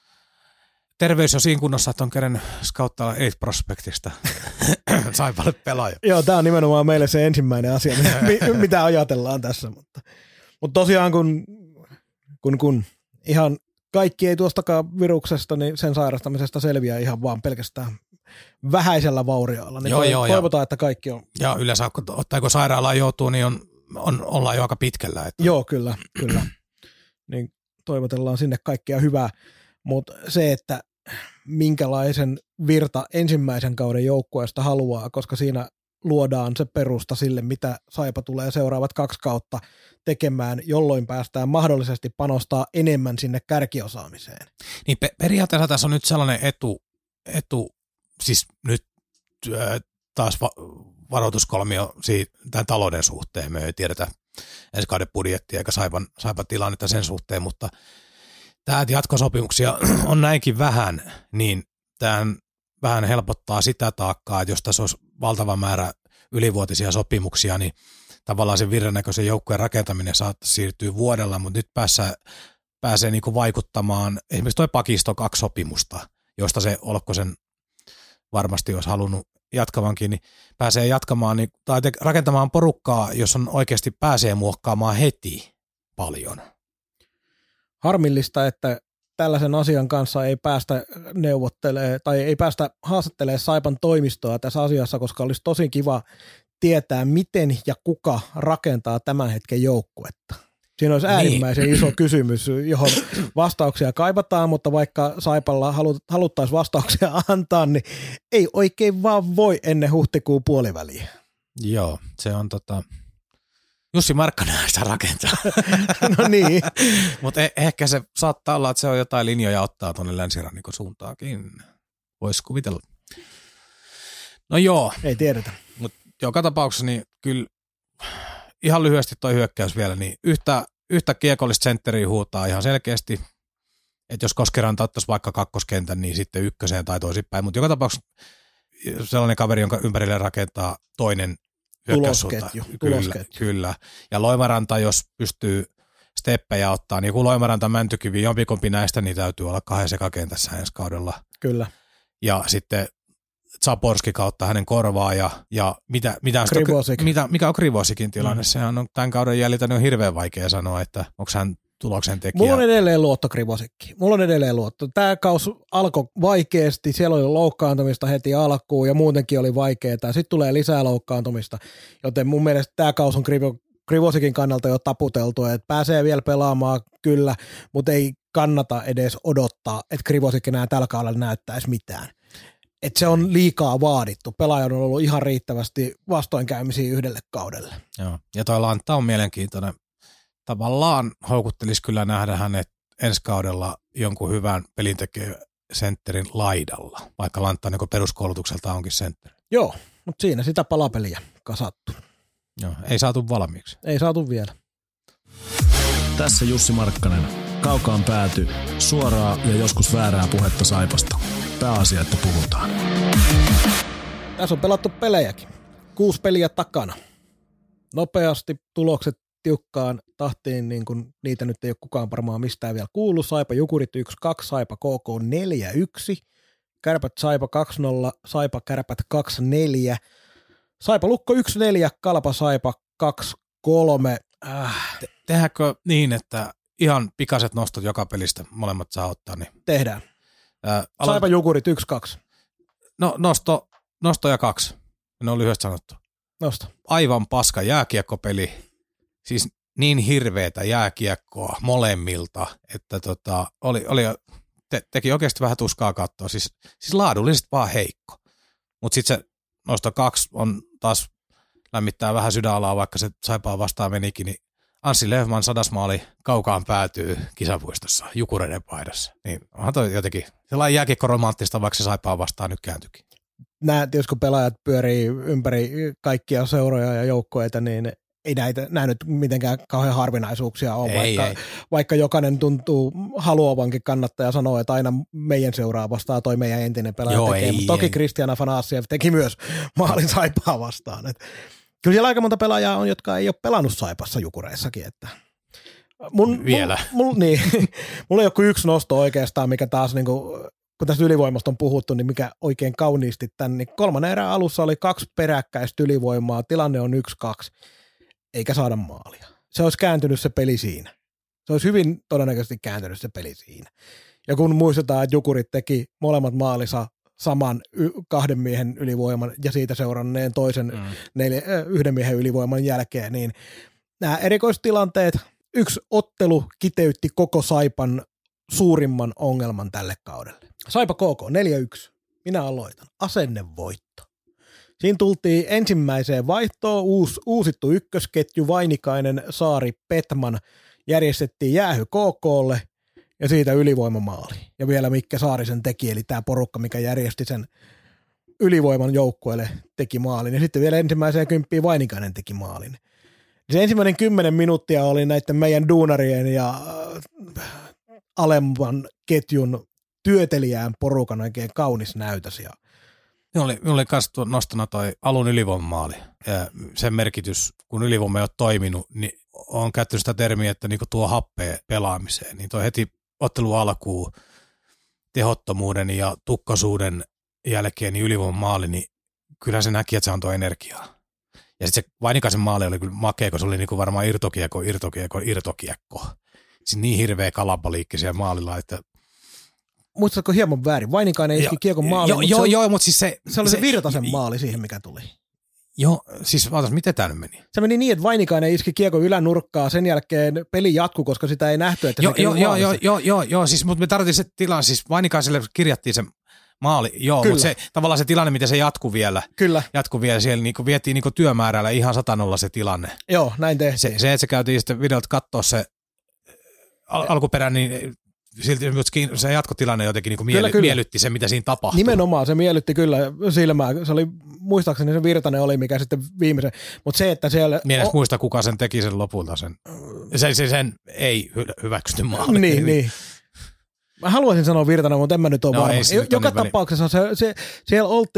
terveys on siinä kunnossa, että on kerennyt skauttaa Elite Prospectista Saipalle pelaaja. Joo, tämä on nimenomaan meille se ensimmäinen asia, mitä ajatellaan tässä. Mutta, mutta tosiaan kun, kun, kun ihan kaikki ei tuostakaan viruksesta, niin sen sairastamisesta selviää ihan vaan pelkästään vähäisellä vaurioilla. Niin joo, toiv- joo, toivotaan, ja, että kaikki on. Ja yleensä, kun, kun sairaalaan joutuu, niin on, on, ollaan jo aika pitkällä. Että. Joo, kyllä, kyllä. Niin toivotellaan sinne kaikkea hyvää. Mutta se, että minkälaisen Virta ensimmäisen kauden joukkueesta haluaa, koska siinä luodaan se perusta sille, mitä Saipa tulee seuraavat kaksi kautta tekemään, jolloin päästään mahdollisesti panostaa enemmän sinne kärkiosaamiseen. Niin pe- periaatteessa tässä on nyt sellainen etu, etu siis nyt äh, taas va- varoituskolmio siitä, tämän talouden suhteen. Me ei tiedetä ensi kauden budjettia eikä Saipan, Saipan tilannetta sen suhteen, mutta tämä, että jatkosopimuksia on näinkin vähän, niin tämähän vähän helpottaa sitä taakkaa, että jos tässä olisi valtava määrä ylivuotisia sopimuksia, niin tavallaan sen Virran näköisen joukkueen rakentaminen saattaa siirtyä vuodella, mutta nyt pääsee, pääsee niin kuin vaikuttamaan, esimerkiksi tuo pakisto kaksi sopimusta, josta se Olkkosen varmasti olisi halunnut jatkavankin, niin pääsee jatkamaan niin, tai rakentamaan porukkaa, jos on oikeasti pääsee muokkaamaan heti paljon. Harmillista, että tällaisen asian kanssa ei päästä neuvottelemaan tai ei päästä haastattelemaan Saipan toimistoa tässä asiassa, koska olisi tosi kiva tietää, miten ja kuka rakentaa tämän hetken joukkuetta. Siinä olisi äärimmäisen niin. iso kysymys, johon vastauksia kaivataan, mutta vaikka Saipalla haluttaisiin vastauksia antaa, niin ei oikein vaan voi ennen huhtikuun puoliväliä. Joo, se on tota... Jussi Markkanen sitä rakentaa. No niin. Mutta eh- ehkä se saattaa olla, että se on jotain linjoja ottaa tuonne länsirannikon suuntaakin. Voisi kuvitella. No joo. Ei tiedetä. Mutta joka tapauksessa niin kyllä ihan lyhyesti toi hyökkäys vielä, niin yhtä, yhtä kiekollista sentteriä huutaa ihan selkeästi, että jos Koskeranta ottaisi vaikka kakkoskentän, niin sitten ykköseen tai toisinpäin. Mutta joka tapauksessa sellainen kaveri, jonka ympärille rakentaa toinen hyökkäyssuunta. Tulosketju. Kyllä, Tulosketju. kyllä. Ja Loimaranta, jos pystyy steppejä ottaa, niin kuin Loimaranta, Mäntykivi, jompikompi näistä, niin täytyy olla kahden sekakentässä ensi kaudella. Kyllä. Ja sitten Zaporski kautta hänen korvaa ja, ja mitä, mitä on Krivosik. mitä, mikä on Krivosikin tilanne. Mm. Mm. Sehän on tämän kauden jäljiltä niin on hirveän vaikea sanoa, että onko hän tuloksen tekijä. Mulla on edelleen luotto Krivosikkiin. Mulla on edelleen luotto. Tämä kaus alkoi vaikeasti, siellä oli loukkaantumista heti alkuun ja muutenkin oli vaikeaa. Sitten tulee lisää loukkaantumista, joten mun mielestä tämä kaus on Krivo, Krivosikin kannalta jo taputeltu, että pääsee vielä pelaamaan kyllä, mutta ei kannata edes odottaa, että Krivosik enää tällä kaudella näyttäisi mitään. Että se on liikaa vaadittu. Pelaaja on ollut ihan riittävästi vastoinkäymisiä yhdelle kaudelle. Joo. Ja toi Lantta on mielenkiintoinen. Tavallaan houkuttelisi kyllä nähdä hänet ensi kaudella jonkun hyvän pelintekijän sentterin laidalla, vaikka Lantta niin peruskoulutukselta onkin sentteri. Joo, mutta siinä sitä palapeliä kasattu. Joo, ei saatu valmiiksi. Ei saatu vielä. Tässä Jussi Markkanen. Kaukaan pääty. Suoraa ja joskus väärää puhetta Saipasta. Pääasia, että puhutaan. Tässä on pelattu pelejäkin. Kuusi peliä takana. Nopeasti tulokset tiukkaan tahtiin, niin kuin niitä nyt ei ole kukaan varmaan mistään vielä kuullut. Saipa Jukurit yksi kaksi, Saipa K K neljä yksi, Kärpät Saipa kaksi nolla, Saipa Kärpät kaksi neljä, Saipa Lukko yksi neljä, Kalpa Saipa kaksi kolme. Äh. Te- tehdäänkö niin, että ihan pikaiset nostot joka pelistä molemmat saa ottaa? Niin. Tehdään. Ää, alo- Saipa Jukurit yksi kaksi. No nosto, nosto ja kaksi. Ne on lyhyesti sanottu. Nosta. Aivan paska jääkiekkopeli. Siis niin hirveetä jääkiekkoa molemmilta, että tota, oli, oli, te, teki oikeasti vähän tuskaa katsoa. Siis, siis laadullisesti vaan heikko. Mutta sitten se nosto kaksi on taas lämmittää vähän sydänalaa, vaikka se Saipaa vastaan menikin, niin Anssi Löfman sadasmaali kaukaan päätyy kisapuistossa Jukureiden paidassa. Niin onhan toi jotenkin sellainen jääkiekko-romanttista, vaikka se Saipaa vastaan nyt kääntyikin. Nämä, tietysti kun pelaajat pyörii ympäri kaikkia seuroja ja joukkoita, niin ei näitä, nämä nyt mitenkään kauhean harvinaisuuksia ole, Ei, vaikka, ei. vaikka jokainen tuntuu haluavankin kannattaja sanoa, että aina meidän seuraa vastaan toi meidän entinen pelaaja Joo, tekee, ei, mutta toki ei. Kristian Afanassiev teki myös maalin Saipaa vastaan. Et kyllä siellä aika monta pelaajaa on, jotka ei ole pelannut Saipassa Jukureissakin. Että mun, Vielä. Mun, mun, niin, mulla ei ole kuin yksi nosto oikeastaan, mikä taas niinku, kun tästä ylivoimasta on puhuttu, niin mikä oikein kauniisti tämän, niin kolmannen erän alussa oli kaksi peräkkäistä ylivoimaa, tilanne on yksi kaksi, eikä saada maalia. Se olisi kääntynyt se peli siinä. Se olisi hyvin todennäköisesti kääntynyt se peli siinä. Ja kun muistetaan, että Jukurit teki molemmat maalinsa saman y- kahden miehen ylivoiman ja siitä seuranneen toisen mm. neljä, yhden miehen ylivoiman jälkeen, niin nämä erikoistilanteet, yksi ottelu kiteytti koko Saipan suurimman ongelman tälle kaudelle. Saipa K K neljä yksi. Minä aloitan. Asennevoitto. Siinä tultiin ensimmäiseen vaihtoon uus, uusittu ykkösketju, Vainikainen, Saari, Petman. Järjestettiin jäähy K K:lle ja siitä ylivoimamaali. Ja vielä Mikke Saarisen teki, eli tämä porukka, mikä järjesti sen ylivoiman joukkueelle, teki maalin. Ja sitten vielä ensimmäiseen kymppiin Vainikainen teki maalin. Se ensimmäinen kymmenen minuuttia oli näiden meidän duunarien ja alemman ketjun työtelijään porukan oikein kaunis näytös. Ja Minulla oli, oli myös nostana toi alun ylivoimamaali. Ja sen merkitys, kun ylivoima ei ole toiminut, niin on käyttänyt sitä termiä, että niinku tuo happea pelaamiseen. Niin toi heti ottelu alkuun tehottomuuden ja tukkaisuuden jälkeen niin ylivoimamaali, niin kyllä se näki, että se antoi energiaa. Ja sitten se Vainikaisen maali oli kyllä makea, kun se oli niinku varmaan irtokiekko, irtokiekko, irtokiekko. Siis niin hirveä kalapaliikki siellä maalilla, että muistatko hieman väärin? Vainikainen iski kiekon maaliin. Joo, joo, se, joo, mutta siis se... se oli se, se Virtasen maali siihen, mikä tuli. Joo, siis ootas, miten tämä nyt meni? Se meni niin, että Vainikainen iski kiekon ylänurkkaa, sen jälkeen peli jatkui, koska sitä ei nähty, että joo, se joo, joo, joo, maali. joo, joo, joo, siis mutta me tarvittiin se tilanne, siis Vainikaiselle kirjattiin se maali, joo, mutta se, tavallaan se tilanne, miten se jatkuu vielä. Kyllä. Jatkuu vielä, siellä niinku vietiin niinku työmäärällä ihan satanolla se tilanne. Joo, näin tehtiin. Se, se että se käytiin sitten videolta katsoa se al- alkuperä, niin silti se jatkotilanne jotenkin niinku mieli, kyllä, kyllä. miellytti se, mitä siinä tapahtui. Nimenomaan, se miellytti kyllä silmää. Se oli, muistaakseni se Virtanen oli, mikä sitten viimeisen, mutta se, että siellä... Mie en edes o- muista, kuka sen teki sen lopulta sen. Se, se sen ei hy- hyväksytty maali. Niin, niin. Mä haluaisin sanoa Virtanen, mutta en mä nyt ole No, varma. ei se nyt Joka ole niin tapauksessa se, se, siellä oltiin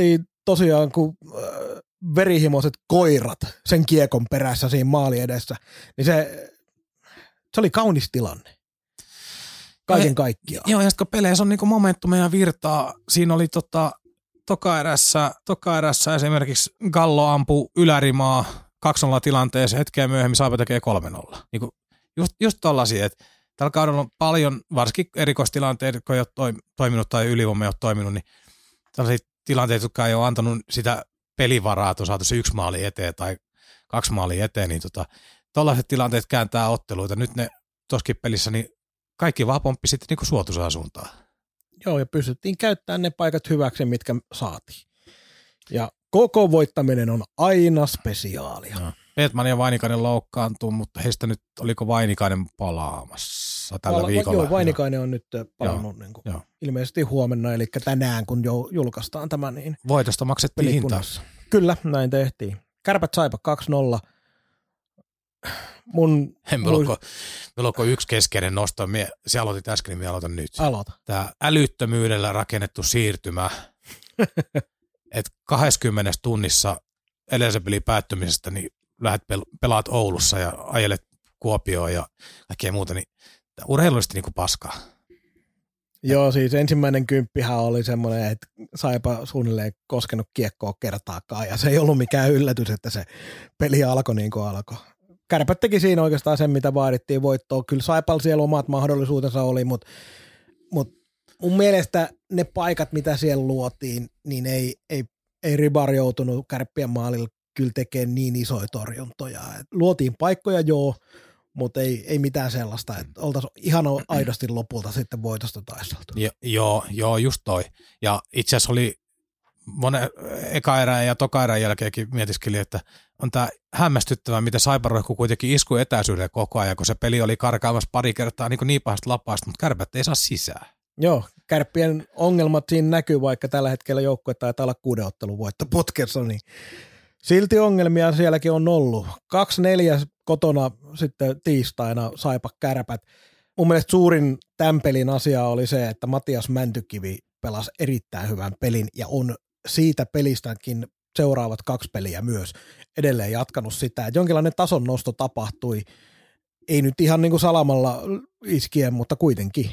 tosiaan kuin äh, verihimoiset koirat sen kiekon perässä siinä maali edessä, niin se, se oli kaunis tilanne. Kaiken kaikkiaan. Joo, ja sitten kun peleissä on niinku momentumia ja virtaa, siinä oli tota, toka erässä, toka erässä esimerkiksi Gallo ampuu ylärimaa kaksi nolla tilanteessa, hetkeä myöhemmin Saipa tekee kolme nolla. Niinku, just, just tollaisia, että tällä kaudella on paljon, varsinkin erikoistilanteita, kun ei ole toiminut tai ylivoima ei ole toiminut, niin tällaisia tilanteita, jotka ei ole antanut sitä pelivaraa, että on saatu se yksi maali eteen tai kaksi maalia eteen, niin tota, tollaiset tilanteet kääntää otteluita. Nyt ne toskin pelissä, niin kaikki vaan pomppi sitten niin suotuisaan suuntaan. Joo, ja pystyttiin käyttämään ne paikat hyväksi, mitkä saatiin. Ja koko voittaminen on aina spesiaalia. No. Petman ja Vainikainen loukkaantuu, mutta heistä nyt, oliko Vainikainen palaamassa tällä Pala- viikolla? Joo, Vainikainen on nyt palannut niin kuin ilmeisesti huomenna, eli tänään, kun jo julkaistaan tämä. Niin voitosta maksettiin hintaa. Kyllä, näin tehtiin. Kärpät Saipa kaksi nolla. Mun Meillä on ko yksi keskeinen nosto. Mie, sä aloitit äsken, niin minä aloitan nyt. Aloita. Tämä älyttömyydellä rakennettu siirtymä, että kaksikymmentä tunnissa edellisen pelin päättymisestä, niin lähdet pel- pelaat Oulussa ja ajelet Kuopioon ja kaikkea muuta, niin urheilullisesti niin kuin paskaa. Joo, siis ensimmäinen kymppihän oli semmoinen, että Saipa suunnilleen koskenut kiekkoa kertaakaan, ja se ei ollut mikään yllätys, että se peli alkoi niin kuin alkoi. Kärpät teki siinä oikeastaan sen, mitä vaadittiin voittoa. Kyllä Saipalla siellä omat mahdollisuutensa oli, mutta, mutta mun mielestä ne paikat, mitä siellä luotiin, niin ei, ei, ei Ribar joutunut Kärppien maalilla kyllä tekemään niin isoja torjuntoja. Et luotiin paikkoja joo, mutta ei, ei mitään sellaista, että oltaisiin ihan aidosti lopulta sitten voitosta taisteltu. Jo, joo, joo, just toi. Ja itse asiassa oli monen eka erään ja toka erään jälkeenkin mietiskeli, että on tämä hämmästyttävää, miten Saipa roikkuu kuitenkin isku etäisyydelle koko ajan, kun se peli oli karkaamassa pari kertaa niin, niin pahasta lapaasta, mutta Kärpät ei saa sisään. Joo, Kärppien ongelmat siinä näkyy, vaikka tällä hetkellä joukkue taitaa olla kuuden ottelun voittoputkessa, niin silti ongelmia sielläkin on ollut. kaksi neljä kotona sitten tiistaina Saipa Kärpät. Mun mielestä suurin tämän pelin asia oli se, että Matias Mäntykivi pelasi erittäin hyvän pelin ja on siitä pelistäkin seuraavat kaksi peliä myös edelleen jatkanut sitä, että jonkinlainen tason nosto tapahtui. Ei nyt ihan niin kuin salamalla iskien, mutta kuitenkin.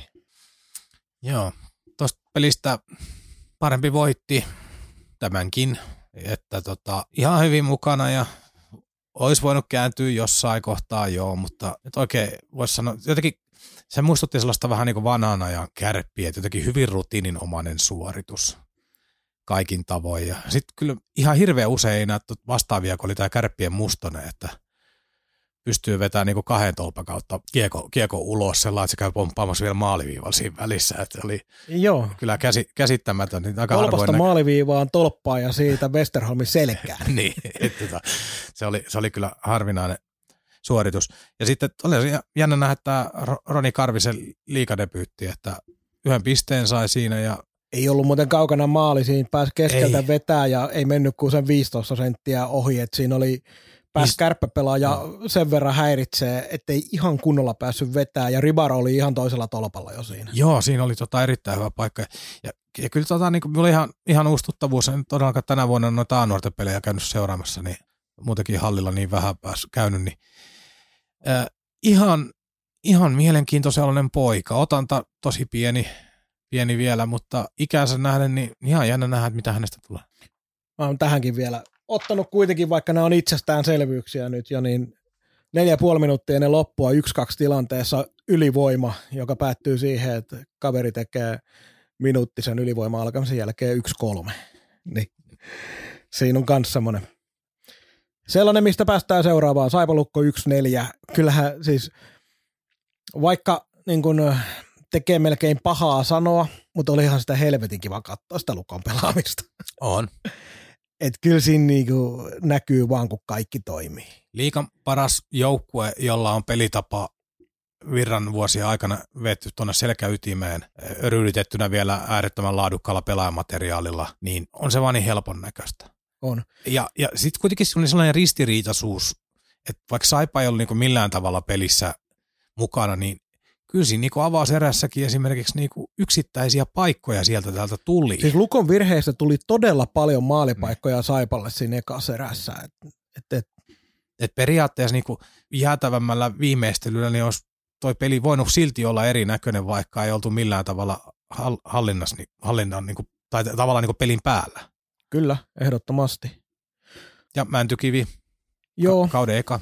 Joo, tuosta pelistä parempi voitti tämänkin, että tota, ihan hyvin mukana ja olisi voinut kääntyä jossain kohtaa, joo, mutta et oikein voisi sanoa, jotenkin se muistutti sellaista vähän niin kuin vanhan ajan Kärppiä, että jotenkin hyvin rutiininomainen suoritus kaikin tavoin. Ja sitten kyllä ihan hirveän usein ei näytty vastaavia, kun oli tämä Kärppien Mustonen, että pystyy vetämään niin kuin kahden tolpan kautta kiekko, kiekko ulos sellainen, että se käy pomppaamassa vielä maaliviivalla siinä välissä. Että oli Joo. Kyllä käsi, käsittämätön. Niin Tolpasta maaliviivaan tolppaan ja siitä Westerholmin selkään. niin, että se oli, se oli kyllä harvinainen suoritus. Ja sitten oli jännä nähdä tämä Roni Karvisen liigadebyytti, että yhden pisteen sai siinä ja ei ollut muuten kaukana maali, siinä pääsi keskeltä ei. vetää ja ei mennyt kuin sen viisitoista senttiä ohi, että siinä oli pääsi Is... kärppäpelaaja no. sen verran häiritsee, ettei ihan kunnolla päässyt vetää ja Ribar oli ihan toisella tolpalla jo siinä. Joo, siinä oli tota erittäin hyvä paikka ja, ja kyllä tota, niin minulla oli ihan, ihan uusi tuttavuus, en todellakaan tänä vuonna noita A-nuorten pelejä käynyt seuraamassa, niin muutenkin hallilla niin vähän päässyt käynyt, niin äh, ihan, ihan mielenkiintoinen poika, otanta tosi pieni, pieni vielä, mutta ikänsä nähden, niin ihan jännä nähdä, mitä hänestä tulee. Mä oon tähänkin vielä ottanut kuitenkin, vaikka nämä on itsestäänselvyyksiä nyt jo, niin neljä ja puoli minuuttia ennen loppua yksi kaksi tilanteessa ylivoima, joka päättyy siihen, että kaveri tekee minuuttisen ylivoima alkamisen jälkeen yksi kolme. Niin. Siinä on myös semmoinen. Sellainen, mistä päästään seuraavaan. Saipalukko yksi neljä. Kyllähän siis, vaikka niin kun tekee melkein pahaa sanoa, mutta olihan sitä helvetin kiva katsoa sitä Lukon pelaamista. On. Että kyllä siinä niinku näkyy vaan, kun kaikki toimii. Liigan paras joukkue, jolla on pelitapa virran vuosien aikana vetty tuonne selkäytimeen, ryyditettynä vielä äärettömän laadukkaalla pelaajamateriaalilla, niin on se vaan niin helpon näköistä. On. Ja, ja sitten kuitenkin se oli sellainen ristiriitaisuus, että vaikka Saipa ei ollut niinku millään tavalla pelissä mukana, niin kyllä siinä niin avauserässäkin esimerkiksi niin yksittäisiä paikkoja sieltä täältä tuli. Siis Lukon virheistä tuli todella paljon maalipaikkoja mm. Saipalle siinä ekassa erässä. Et, et, et. Et periaatteessa niin jäätävämmällä viimeistelyllä niin olisi toi peli voinut silti olla erinäköinen, vaikka ei oltu millään tavalla hallinnassa, hallinnan, niin kuin, tai tavallaan niin kuin pelin päällä. Kyllä, ehdottomasti. Ja Mäntykivi, Joo. Ka- kauden eka.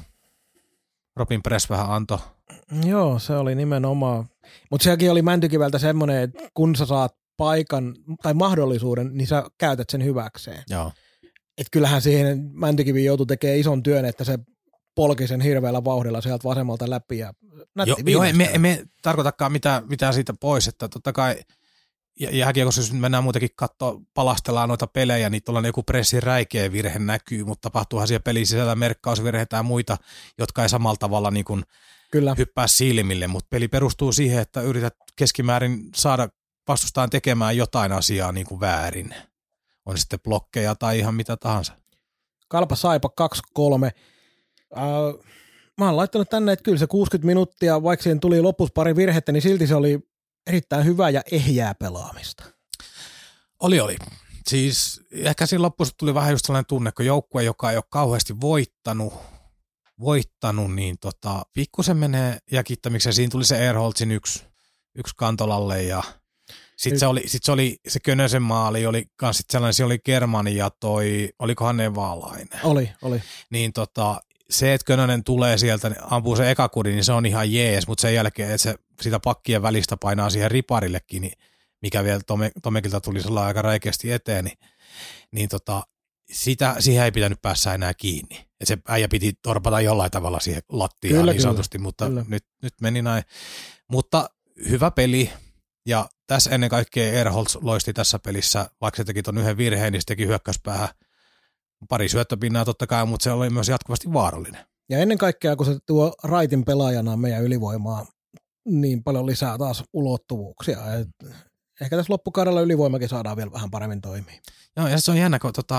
Robin Press vähän antoi. Joo, se oli nimenomaan. Mutta sekin oli Mäntykiveltä semmoinen, että kun sä saat paikan tai mahdollisuuden, niin sä käytät sen hyväkseen. Joo. Et kyllähän siihen Mäntykivi joutui tekemään ison työn, että se polki sen hirveällä vauhdilla sieltä vasemmalta läpi. Ja jo, joo, emme me tarkoitakaan mitään, mitään siitä pois, että totta kai jääkiekossa, jos mennään muutenkin katsoa, palastellaan noita pelejä, niin tuollainen joku pressin räikeä virhe näkyy, mutta tapahtuuhan siellä pelin sisällä merkkausvirheitä ja muita, jotka ei samalla tavalla niin kuin Kyllä. hyppää silmille, mutta peli perustuu siihen, että yrität keskimäärin saada vastustaan tekemään jotain asiaa niin kuin väärin. On sitten blokkeja tai ihan mitä tahansa. Kalpa Saipa kaksi kolme. Äh, mä oon laittanut tänne, että kyllä se kuusikymmentä minuuttia, vaikka siihen tuli lopussa pari virhettä, niin silti se oli erittäin hyvää ja ehjää pelaamista. Oli, oli. Siis ehkä siinä lopussa tuli vähän just sellainen tunne, kun joukkue, joka ei ole kauheasti voittanut, voittanut niin tota, pikkusen menee jäkittämiksi. Siinä tuli se Erholtsin yksi, yksi Kantolalle ja sitten se oli, sit se oli se Könösen maali, oli kans sit sellainen, se oli Germani ja toi, olikohan ne Vaalainen? Oli, oli. Niin tota, se, että Könönen tulee sieltä, ampuu se ekakuri, niin se on ihan jees, mutta sen jälkeen, että se sitä pakkien välistä painaa siihen riparillekin, niin mikä vielä Tome, Tomekilta tuli sellainen aika räikeästi eteen, niin, niin tota, sitä, siihen ei pitänyt päässä enää kiinni. Et se äijä piti torpata jollain tavalla siihen lattiaan kyllä, niin sanotusti, kyllä, mutta kyllä. Nyt, nyt meni näin. Mutta hyvä peli, ja tässä ennen kaikkea Erholz loisti tässä pelissä, vaikka se teki ton yhden virheen, niin se teki hyökkäyspäähän pari syöttöpinnaa totta kai, mutta se oli myös jatkuvasti vaarallinen. Ja ennen kaikkea, kun se tuo raitin pelaajana meidän ylivoimaa niin paljon lisää taas ulottuvuuksia. Et ehkä tässä loppukaudella ylivoimakin saadaan vielä vähän paremmin toimia. Joo, ja se on jännä, kun tota,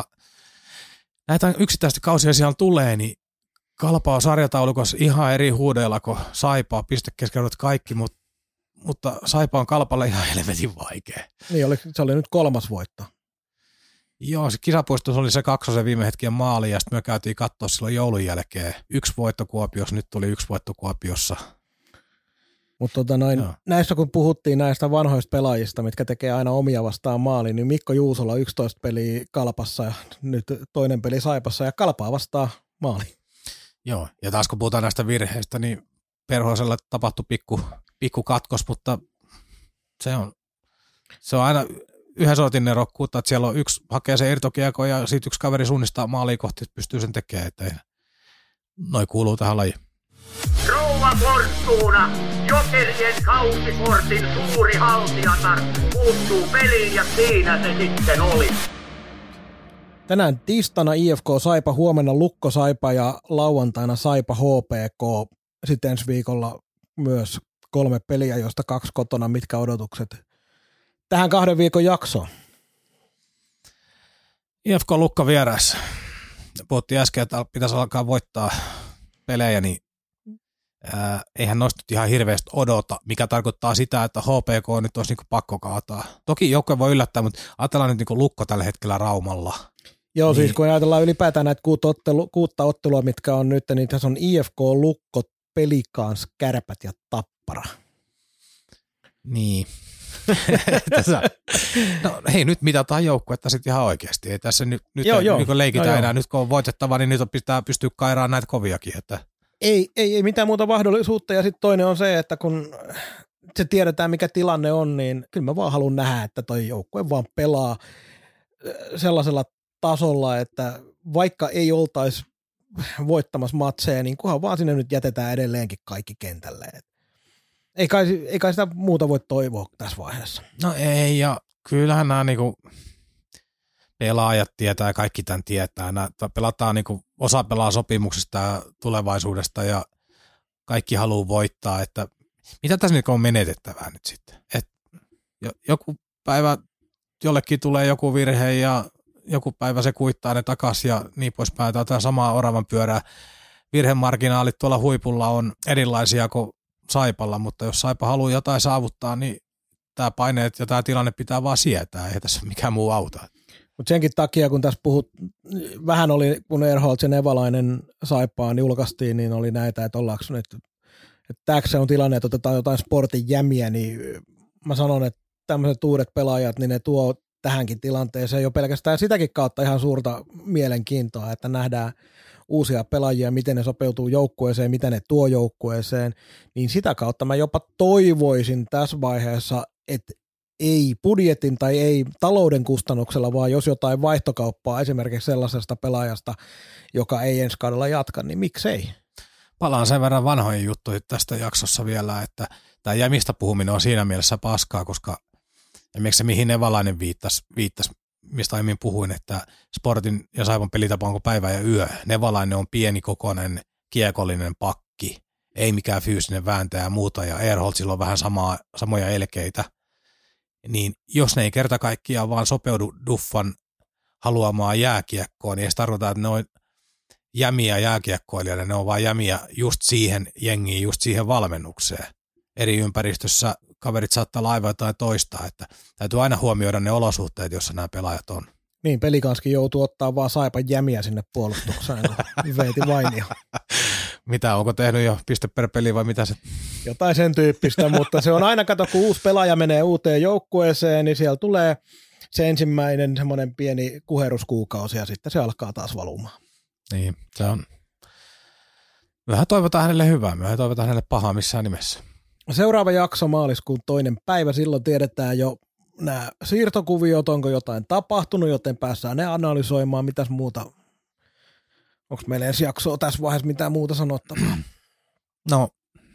näitä yksittäistä kausia siellä tulee, niin Kalpa on sarjataulukossa ihan eri huudeilla kuin Saipaa, pistekeskeudut kaikki, mutta, mutta Saipa on Kalpalle ihan helvetin vaikea. Niin, oli, se oli nyt kolmas voitto. Joo, se kisapuistus oli se kaksosen viime hetkien maali, ja sitten me käytiin katsoa silloin joulun jälkeen. Yksi voitto Kuopiossa, nyt tuli yksi voitto Kuopiossa. Mutta tota noin, näissä kun puhuttiin näistä vanhoista pelaajista, mitkä tekee aina omia vastaan maaliin, niin Mikko Juusola yksitoista peliä Kalpassa ja nyt toinen peli Saipassa ja Kalpaa vastaan maali. Joo, ja taas kun puhutaan näistä virheistä, niin Perhoisella tapahtui pikku, pikku katkos, mutta se on, se on aina yhden sortin nerokkuutta, että siellä on yksi hakee se irtokiekko ja sitten yksi kaveri suunnistaa maaliin kohti, että pystyy sen tekemään, että noi kuuluu tähän lajiin. Rouva Fortuna, Jokerien kausikortin suuri haltijatar, puuttuu peliin ja siinä se sitten oli. Tänään tiistaina I F K Saipa, huomenna Lukko Saipa ja lauantaina Saipa H P K. Sitten ensi viikolla myös kolme peliä, joista kaksi kotona. Mitkä odotukset tähän kahden viikon jaksoon? I F K Lukko vieras. Puhuttiin äsken, että pitäisi alkaa voittaa pelejä, niin ää, eihän noista ihan hirveästi odota, mikä tarkoittaa sitä, että H P K nyt olisi niin pakko kaataa. Toki joukkue voi yllättää, mutta ajatellaan nyt niin Lukko tällä hetkellä Raumalla. Joo, niin. Siis kun ajatellaan ylipäätään näitä kuutta, ottelu, kuutta ottelua, mitkä on nyt, niin tässä on I F K, Lukko, Pelikans, Kärpät ja Tappara. Niin. tässä, no hei, nyt mitataan joukkuetta sitten ihan oikeasti. Ei tässä nyt, nyt joo, ei, joo. Niin leikitään joo, enää. joo. Nyt kun on voitettava, niin nyt on pitää pystyä kairaan näitä koviakin. Että. Ei, ei, ei mitään muuta mahdollisuutta. Ja sitten toinen on se, että kun se tiedetään, mikä tilanne on, niin kyllä mä vaan haluan nähdä, että toi joukkue vaan pelaa sellaisella tasolla, että vaikka ei oltaisi voittamassa matseja, niin kunhan vaan sinne nyt jätetään edelleenkin kaikki kentälle. Ei kai, ei kai sitä muuta voi toivoa tässä vaiheessa. No ei, ja kyllähän nämä niinku pelaajat tietää ja kaikki tämän tietää. Nämä pelataan niinku, osa pelaa sopimuksesta ja tulevaisuudesta ja kaikki haluaa voittaa, että mitä tässä niinku on menetettävää nyt sitten? Et joku päivä jollekin tulee joku virhe ja joku päivä se kuittaa ne takaisin ja niin poispäin. Tämä samaa oravan pyörää. Virhemarginaalit tuolla huipulla on erilaisia kuin Saipalla, mutta jos Saipa haluaa jotain saavuttaa, niin tämä paineet ja tämä tilanne pitää vaan sietää, eihän tässä mikään muu auta. Mutta senkin takia, kun tässä puhut, vähän oli, kun Ehrholz ja Nevalainen Saipaan julkaistiin, niin oli näitä, että ollaanko nyt, että tämäkö se on tilanne, että otetaan jotain sportin jämiä, niin mä sanon, että tämmöiset uudet pelaajat, niin ne tuo tähänkin tilanteeseen jo pelkästään sitäkin kautta ihan suurta mielenkiintoa, että nähdään uusia pelaajia, miten ne sopeutuu joukkueeseen, miten ne tuo joukkueeseen, niin sitä kautta mä jopa toivoisin tässä vaiheessa, että ei budjetin tai ei talouden kustannuksella, vaan jos jotain vaihtokauppaa esimerkiksi sellaisesta pelaajasta, joka ei ensi kaudella jatka, niin miksei? Palaan sen verran vanhoihin juttuihin tästä jaksossa vielä, että tämä jämistä puhuminen on siinä mielessä paskaa, koska esimerkiksi se, mihin Nevalainen viittasi, viittasi, mistä aiemmin puhuin, että Sportin ja Saipan pelitapa onko päivä ja yö. Nevalainen on pienikokoinen, kiekollinen pakki, ei mikään fyysinen vääntäjä ja muuta, ja Ehrholzilla on vähän samaa, samoja elkeitä. Niin jos ne ei kerta kaikkiaan vaan sopeudu Duffan haluamaan jääkiekkoon, niin ei se tarkoita, että ne on jämiä jääkiekkoilijoita, ne on vaan jämiä just siihen jengiin, just siihen valmennukseen. Eri ympäristössä kaverit saattaa laivaa tai toistaa, että täytyy aina huomioida ne olosuhteet, joissa nämä pelaajat on. Niin, Pelikanskin joutuu ottaa vaan Saipan jämiä sinne puolustukseen, kun veiti Vainio. Mitä, onko tehnyt jo piste per peli vai mitä se? Jotain sen tyyppistä, mutta se on aina, kato, kun uusi pelaaja menee uuteen joukkueeseen, niin siellä tulee se ensimmäinen semmoinen pieni kuheruskuukausi ja sitten se alkaa taas valumaan. Niin, se on. Vähän toivotaan hänelle hyvää, me toivotaan hänelle pahaa missään nimessä. Seuraava jakso maaliskuun toinen päivä, silloin tiedetään jo nämä siirtokuviot, onko jotain tapahtunut, joten päässään ne analysoimaan, mitäs muuta. Onko meillä ensi jaksoa tässä vaiheessa mitään muuta sanottavaa? No,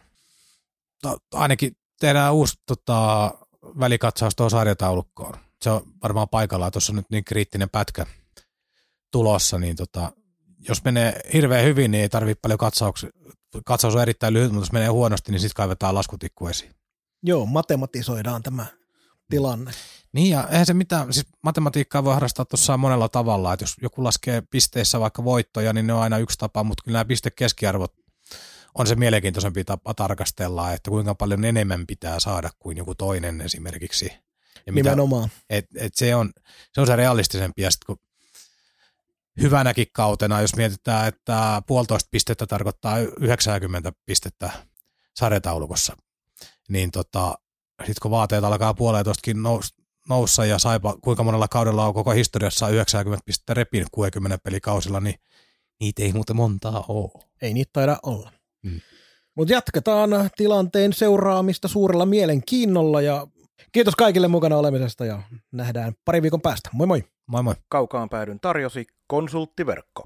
no ainakin tehdään uusi tota, välikatsaus tuohon sarjataulukkoon. Se on varmaan paikallaan, tuossa on nyt niin kriittinen pätkä tulossa, niin tota, jos menee hirveän hyvin, niin ei tarvitse paljon katsauksia. Katsaus on erittäin lyhyt, mutta jos menee huonosti, niin sitten kaivetaan laskutikku esiin. Joo, matematisoidaan tämä tilanne. Niin ja eihän se mitään, siis matematiikkaa voi harrastaa tuossa monella tavalla, että jos joku laskee pisteissä vaikka voittoja, niin ne on aina yksi tapa, mutta kyllä nämä pistekeskiarvot on se mielenkiintoisempi tapa tarkastella, että kuinka paljon enemmän pitää saada kuin joku toinen esimerkiksi. Ja nimenomaan. Mitä, et, et se, on, se on se realistisempi, ja sitten kun hyvänäkin kautena, jos mietitään, että puolitoista pistettä tarkoittaa yhdeksänkymmentä pistettä sarjataulukossa, niin tota, sitten kun vaateet alkaa puolitoistakin nous, noussa ja Saipa, kuinka monella kaudella on koko historiassa yhdeksänkymmentä pistettä repin kuusikymmentä pelikausilla, niin niitä ei muuten montaa ole. Ei niitä taida olla. Hmm. Mutta jatketaan tilanteen seuraamista suurella mielenkiinnolla ja kiitos kaikille mukana olemisesta ja nähdään pari viikon päästä. Moi moi! Moi moi! Kaukaan päädyn tarjosi Konsulttiverkko.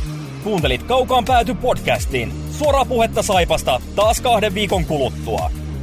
Kuuntelit Kaukaan pääty podcastin. Suoraa puhetta Saipasta taas kahden viikon kuluttua.